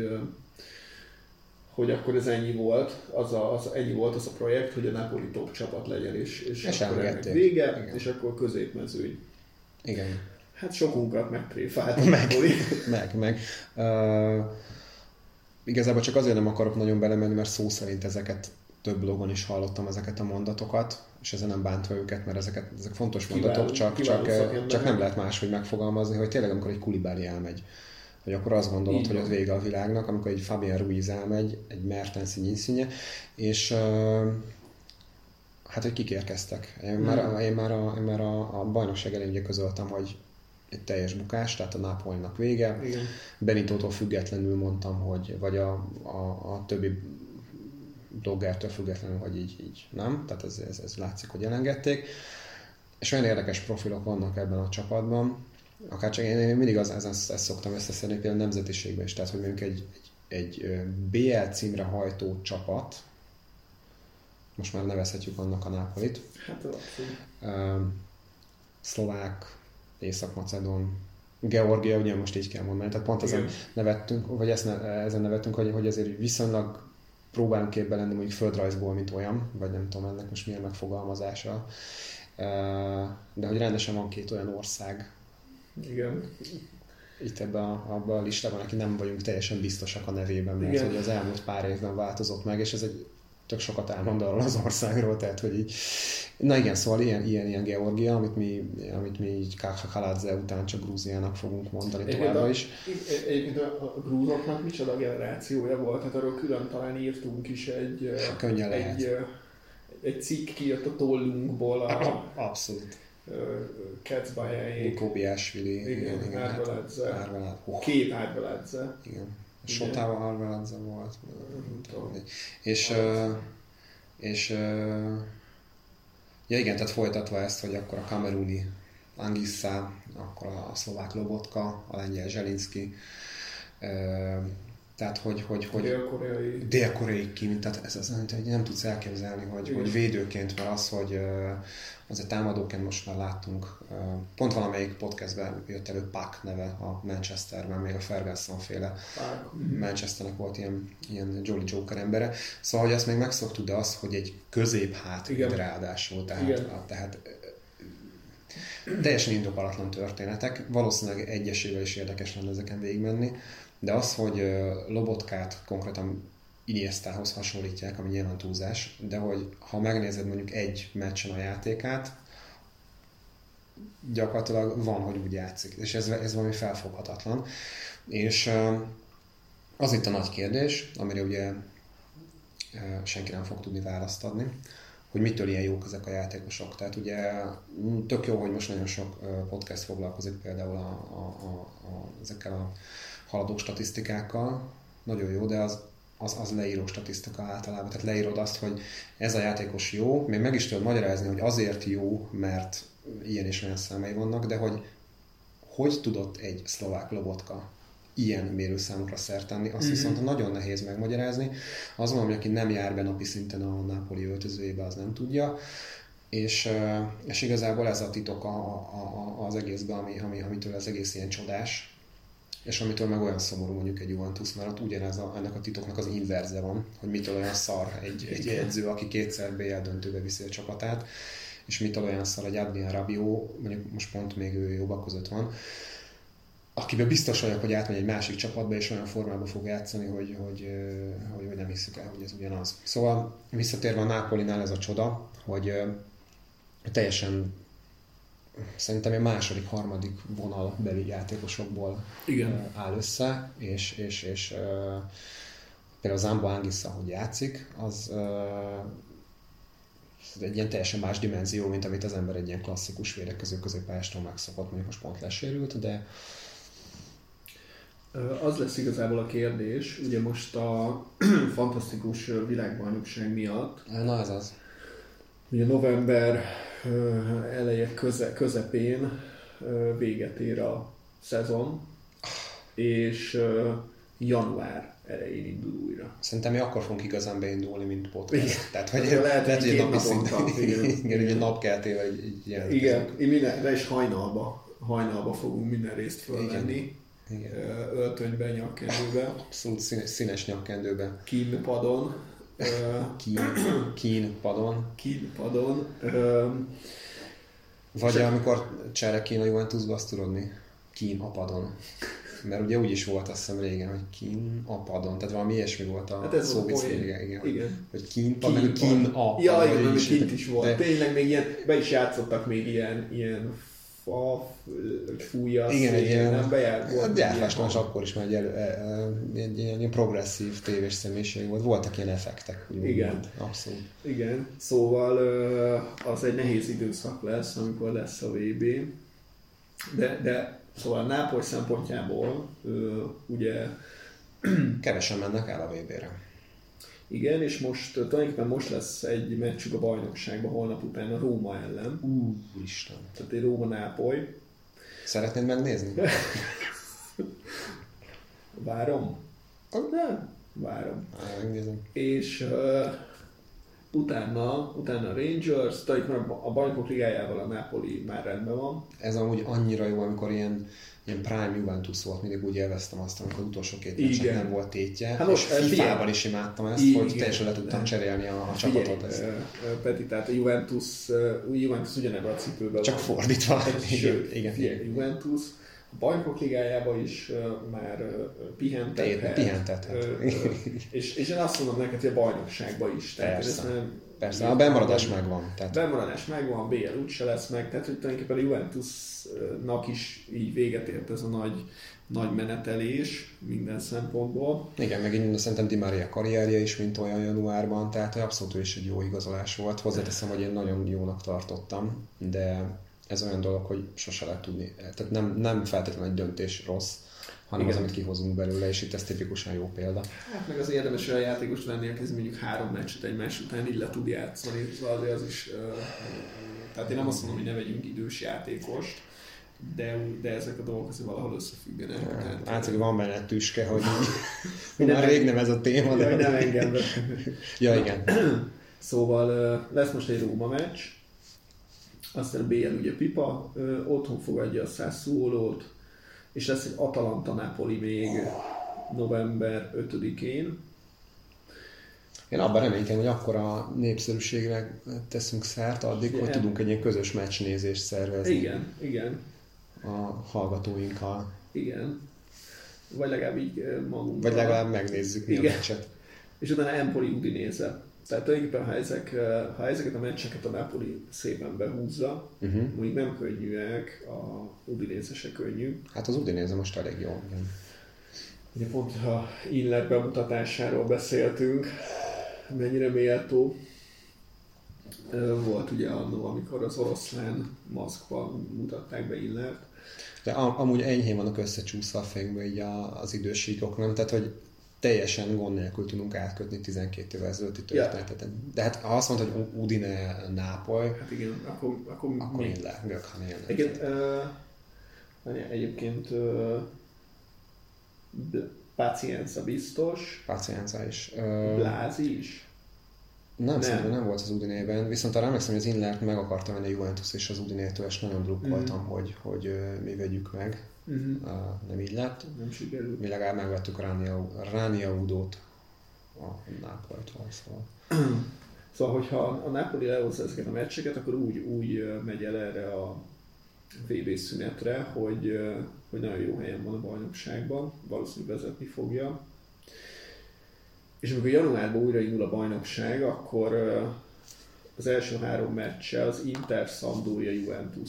hogy akkor ez ennyi volt, ennyi volt az a projekt, hogy a Napoli top csapat legyen, és akkor ennek vége, igen, és akkor középmezőny. Igen. Hát sokunkat megtréfált a Napoli. Meg. Igazából csak azért nem akarok nagyon belemenni, mert szó szerint ezeket több blogon is hallottam ezeket a mondatokat, és ezen nem bántva őket, mert ezek fontos mondatok, csak nem lehet máshogy megfogalmazni, hogy tényleg amikor egy Koulibaly elmegy, hogy akkor azt gondolod, így hogy az vége a világnak, amikor egy Fabian Ruiz elmegy, egy Mertens, egy Insigne, és hát, hogy kik érkeztek. Én már a bajnokság elején ugye közöltem, hogy egy teljes bukás, tehát a Napolinak vége. Igen. Benitótól függetlenül mondtam, hogy vagy a többi bloggertől függetlenül, hogy így nem, tehát ez látszik, hogy elengedték. És olyan érdekes profilok vannak ebben a csapatban, akár csak én mindig ezt szoktam összeszedni például nemzetiségben is, tehát hogy mondjuk egy BL címre hajtó csapat, most már nevezhetjük annak a Napolit, hát szlovák, Észak-Macedón, Georgia, ugye most így kell mondani, tehát pont ezen nevettünk, vagy ezen nevettünk, hogy azért viszonylag próbálunk képbe lenni mondjuk földrajzból, mint olyan, vagy nem tudom ennek most milyen megfogalmazása, de hogy rendesen van két olyan ország, igen, itt ebben a listában, aki nem vagyunk teljesen biztosak a nevében, mert hogy az elmúlt pár évben változott meg, és ez egy tök sokat elmond arról az országról, tehát hogy így. Na igen, szóval ilyen Georgia, amit mi így Kaladze után csak Grúziának fogunk mondani továbbra is. Egyébként a grúzoknak micsoda generációja volt, tehát arról külön talán írtunk is egy cikk kijött a tollunkból abszolút. Kecbájáék. Kobiásvili. Igen, Árveladze. Két Árveladze. Igen. Sotával Árveladze volt. És ja igen, tehát folytatva ezt, hogy akkor a kameruni Angissa, akkor a szlovák Lobotka, a lengyel Zselinszky, tehát hogy dél-koreai Kim, tehát ez nem tudsz elképzelni, hogy védőként, mert az, hogy azért támadóként most már láttunk, pont valamelyik podcastben jött elő Pak neve a Manchesterben, még a Ferguson féle Manchesternek volt ilyen Jolly Joker embere, szóval, hogy azt még megszoktuk, de az, hogy egy középhátvéd ráadásul, tehát teljesen indokolatlan történetek, valószínűleg egyesével is érdekes lenne ezeken végigmenni, de az, hogy Lobotkát konkrétan Iniestához hasonlítják, ami nyilván túlzás, de hogy ha megnézed mondjuk egy meccsen a játékát, gyakorlatilag van, hogy úgy játszik, és ez valami felfoghatatlan. És az itt a nagy kérdés, amire ugye senki nem fog tudni választ adni, hogy mitől ilyen jók ezek a játékosok. Tehát ugye tök jó, hogy most nagyon sok podcast foglalkozik például ezekkel a haladó statisztikákkal, nagyon jó, de az leíró statisztika általában. Tehát leírod azt, hogy ez a játékos jó, még meg is tudod magyarázni, hogy azért jó, mert ilyen és olyan számai vannak, de hogy tudott egy szlovák Lobotka ilyen mérőszámokra szert tenni, azt viszont nagyon nehéz megmagyarázni. Az van, aki nem jár be napi szinten a Napoli öltözőjébe, az nem tudja. És igazából ez a titok az egészben, amitől az egész ilyen csodás, és amitől meg olyan szomorú mondjuk egy Juventus, mert ott ennek a titoknak az inverze van, hogy mitől olyan szar egy edző, aki kétszer BL döntőbe viszi a csapatát, és mitől olyan szar egy Adrien Rabiot, mondjuk most pont még ő jobbak között van, akiben biztos vagyok, hogy átmegy egy másik csapatba, és olyan formában fog játszani, hogy nem hiszük el, hogy ez ugyanaz. Szóval visszatérve a Napolinál ez a csoda, hogy teljesen szerintem egy második, harmadik vonalbeli játékosokból áll össze, és például Zambo Anguissa, ahogy játszik, az egy ilyen teljesen más dimenzió, mint amit az ember egy ilyen klasszikus védekező középpályástól megszokott, mondjuk most pont lesérült, de az lesz igazából a kérdés, ugye most a fantasztikus világbajnokság miatt. Na ez az. Ugye november eleje közepén véget ér a szezon, és január elején indul újra. Szerintem mi akkor fogunk igazán beindulni, mint podcast. Igen. Tehát, hogy lehet, hogy egy napi szinten. Igen, egy napkeltével igen, de is hajnalba fogunk minden részt fölvenni. Igen. Öltönyben, nyakkendőben. Abszolút színes nyakkendőben. Kínpadon. Kínpadon. Vagy amikor csere Kín a Juventusba, azt tudod mi? Kín a padon. Mert ugye úgy is volt, azt hiszem régen, hogy Kín a padon. Tehát valami ilyesmi volt a hát szóvic igen. Hogy Kín pad, meg Kín a. Ja, igen, meg kint is volt. De tényleg még ilyen, be is játszottak még ilyen fújja, igen, egy ilyen, nem bejárt volt. Gyárfástalans akkor is már egy ilyen progresszív tévés személyiség volt. Voltak ilyen effektek. Igen. Abszolút. Igen, szóval az egy nehéz időszak lesz, amikor lesz a VB. De szóval a Nápoly szempontjából ugye kevesen mennek el a VB-re. Igen, és tulajdonképpen most lesz egy meccsük a bajnokságban holnap után a Róma ellen. Isten. Tehát egy Róma-Nápoly. Szeretnéd megnézni? Várom? Nem, várom. Megnézem. És utána a Rangers, tulajdonképpen a bajnokok ligájával a Napoli már rendben van. Ez amúgy annyira jó, amikor ilyen prime Juventus volt, mindig úgy élveztem azt, amikor az utolsó két meccsen nem volt tétje. Hát és FIFA-ban is imádtam ezt, hogy teljesen le tudtam cserélni a csapatot. Peti, tehát a Juventus ugyanebben a cipőben csak van. fordítva. Igen. Juventus, Bajnokok ligájába is már pihentethet. És én azt mondom neked, hogy a bajnokságban is. Persze, a bemaradás megvan. Bemaradás megvan, BL úgyse lesz meg, tehát hogy tulajdonképpen a Juventusnak is így véget ért ez a nagy menetelés minden szempontból. Igen, meg én szerintem Di Maria karrierje is, mint olyan januárban, tehát abszolút is egy jó igazolás volt. Hozzáteszem, hogy én nagyon jónak tartottam, de ez olyan dolog, hogy sose lehet tudni. Tehát nem feltétlenül egy döntés rossz, hanem igen, az, amit kihozunk belőle, és itt ez tipikusan jó példa. Hát meg az érdemes olyan játékos lenni, aki mondjuk 3 meccset egymás után így le tud játszani, szóval az is... Tehát én nem azt mondom, hogy ne vegyünk idős játékost, de ezek a dolgok azért valahol összefüggenek. Hogy van benne tüske, hogy már rég nem ez a téma, de... nem engem. Ja, igen. Szóval lesz most egy Róma meccs, aztán BL ugye Pipa, otthon fogadja a Sassuolót, és lesz egy Atalanta-Napoli még november 5-én. Én abban reménykedem, hogy akkora népszerűségre teszünk szert addig, hogy tudunk egy ilyen közös meccsnézést szervezni. Igen. A hallgatóinkkal. Igen. Vagy legalább így magunkkal. Vagy legalább megnézzük mi a meccset. És utána Empoli Udinese. Tehát tulajdonképpen, ha ezeket a meccseket a Napoli szépen behúzza, mondjuk nem könnyűek, a Udinese se könnyű. Hát az Udinese most elég jó. Igen. Ugye pont a Inler bemutatásáról beszéltünk, mennyire méltó. Volt ugye annó, amikor az oroszlán maszkban mutatták be Inlert. De amúgy enyhén vannak összecsúszva a fejünkbe így az idősíkok, nem? Tehát, hogy teljesen gond nélkül tudunk átkötni 12 évvel ezelőtti történetet. Ja. De hát ha azt mondta, hogy Udine, Nápoly, hát igen, akkor Inler, Gökhan élnek. Igen, egyébként Pacienza biztos. Pacienza is. Blázi is. Nem, szerintem nem volt az Udinében, viszont arra emlékszem, hogy az Inlert meg akarta venni a Juventus és az Udinétől, és nagyon drukkoltam, hogy mi vegyük meg. Nem így lett. Nem sikerült. Mi legalább megvettük Rania Udót a Nápolytól. Szóval, hogyha a Napoli lehozza ezeket a meccseket, akkor úgy megy el erre a VB szünetre, hogy nagyon jó helyen van a bajnokságban, valószínűleg vezetni fogja. És amikor januárban újra indul a bajnokság, akkor az első 3 meccse az Inter, Sampdoria, Juventus.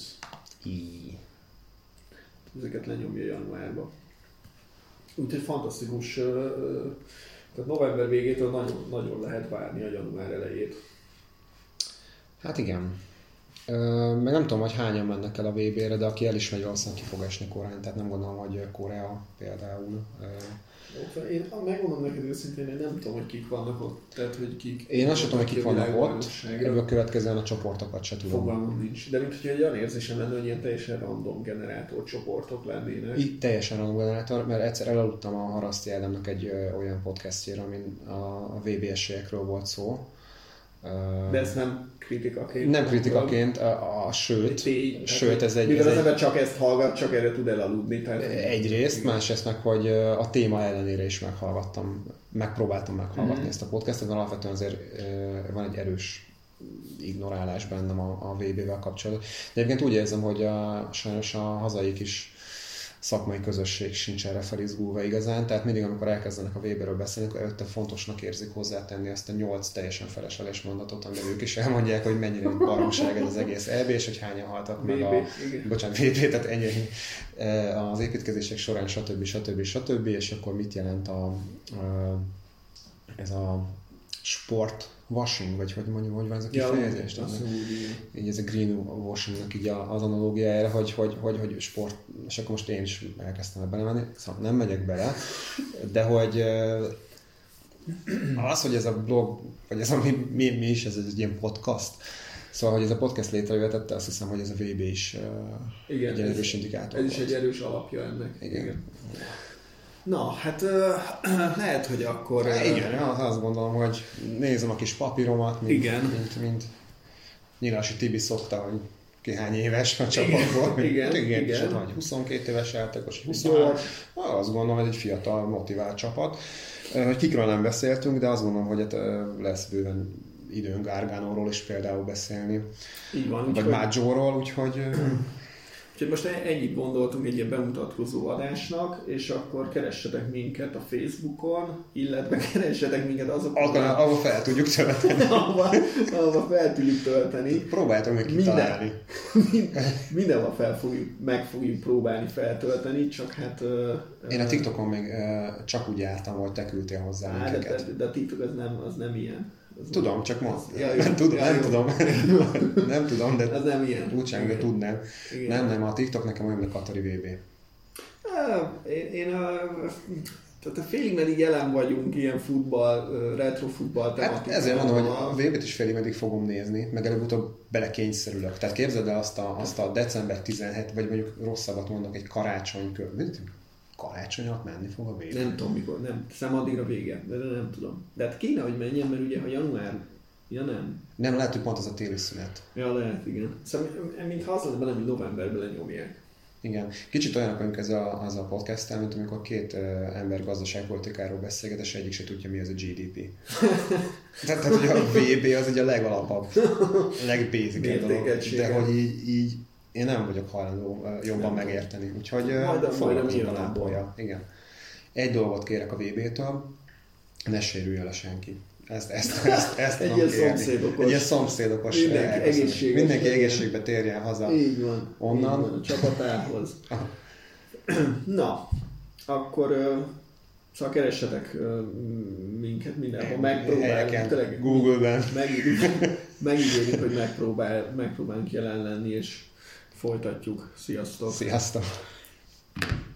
Ezeket lenyomja januárban. Úgyhogy fantasztikus, tehát november végétől nagyon, nagyon lehet várni a január elejét. Hát igen. Meg nem tudom, hogy hányan mennek el a VB-re, de aki el is megy, valószínűleg ki fog esni korán, tehát nem gondolom, hogy Korea például. Én megmondom neked őszintén, én nem tudom, hogy kik vannak ott, tehát hogy kik... Én azt sem tudom, hogy kik vannak ott, ebből következően a csoportokat se tudom. Fogalmam nincs, de mint hogyha egy olyan érzésem lenne, hogy ilyen teljesen random generátor csoportok lennének. Itt teljesen random generátor, mert egyszer elaludtam a Haraszti Ádámnak egy olyan podcastjére, amin a VB esélyekről volt szó. De ez nem kritikaként? Nem kritikaként, sőt ez egy... Mivel az ember csak ezt hallgat, csak erre tud elaludni. Tehát egyrészt, másrészt meg, hogy a téma ellenére is megpróbáltam meghallgatni ezt a podcastot, alapvetően azért van egy erős ignorálás bennem a VB-vel kapcsolatban. De egyébként úgy érzem, hogy sajnos a hazai kis szakmai közösség sincs erre felizgulva igazán, tehát mindig, amikor elkezdenek a VB-ről beszélni, akkor előtte fontosnak érzik hozzátenni azt a 8 teljesen felesleges mondatot, amivel ők is elmondják, hogy mennyire baromság ez az egész EB, és hogy hányan haltak meg VB, tehát ennyi az építkezések során, stb. És akkor mit jelent ez a sport washing, vagy hogy mondjam, hogy van ez a kifejezés? Így ez a greenwashingnak így az analógiájára, hogy sport, és akkor most én is elkezdtem ebben menni, szóval nem megyek bele, de hogy az, hogy ez a blog, vagy ez a mi is, ez egy ilyen podcast, szóval, hogy ez a podcast létrejöhetette, azt hiszem, hogy ez a VB is egy erős indikátor. Ez is egy erős alapja ennek. Igen. Na, hát lehet, hogy akkor... Igen, azt gondolom, hogy nézem a kis papíromat, mint Nyilasi Tibi szokta, hogy ki hány éves a csapatból. Igen. És ott van egy 22 éves játékos, 23. Azt gondolom, hogy egy fiatal, motivált csapat. Kikről nem beszéltünk, de azt gondolom, hogy lesz bőven időnk Garganóról is például beszélni. Így van. Vagy Maggióról, úgyhogy... Úgyhogy most ennyit gondoltunk egy ilyen bemutatkozó adásnak, és akkor keressetek minket a Facebookon, illetve keressetek minket azokon. Ahova fel tudjuk tölteni. ahova fel tudjuk tölteni. Próbáltam meg kitalálni. Mindenhol meg fogjuk próbálni feltölteni, csak hát... Én a TikTokon még csak úgy jártam, hogy te küldtél hozzá linkeket. De a TikTok az nem ilyen. Tudom, csak most. Nem tudom, de az nem ilyen. Úgy sem, de tudnám. Nem, a TikTok nekem olyan, mint a Katari VB. Tehát félig meddig jelen vagyunk ilyen futball, retro futball tematikában. Hát ezért mondom, hogy a VB-t is félig meddig fogom nézni, meg előbb-utóbb belekényszerülök. Tehát képzeld el azt a december 17, vagy mondjuk rosszabbat mondok, egy karácsonyat menni fog a VB. Nem tudom mikor, nem. Hiszem addigra vége, de nem tudom. De hát kéne, hogy menjen, mert ugye ha január... Ja nem. Nem, lehet, hogy pont az a téli szünet. Ja, lehet, igen. Szóval, mintha az lenne, hogy novemberben lenyomják. Igen. Kicsit olyanok vagyunk az a podcast-tel, mint amikor két ember gazdaságpolitikáról beszélget, és egyik se tudja, mi az a GDP. tehát hogy a VB az ugye a legalapabb, legbasicabb dolog. De hogy így én nem vagyok hajlandó jobban megérteni. Úgyhogy foglalkozunk a lámpolja. Igen. Egy dolgot kérek a VB-től, ne sérülj el senki. Ezt egy ilyen szomszédokos. Mindenki egészségbe térjen haza. Így van. Onnan. Így van, a csapatához. Na, akkor szóval keressetek minket mindenhol. Megpróbáljuk. Google-ben. Megígérjük, hogy megpróbálunk jelen lenni, és folytatjuk. Sziasztok! Sziasztok!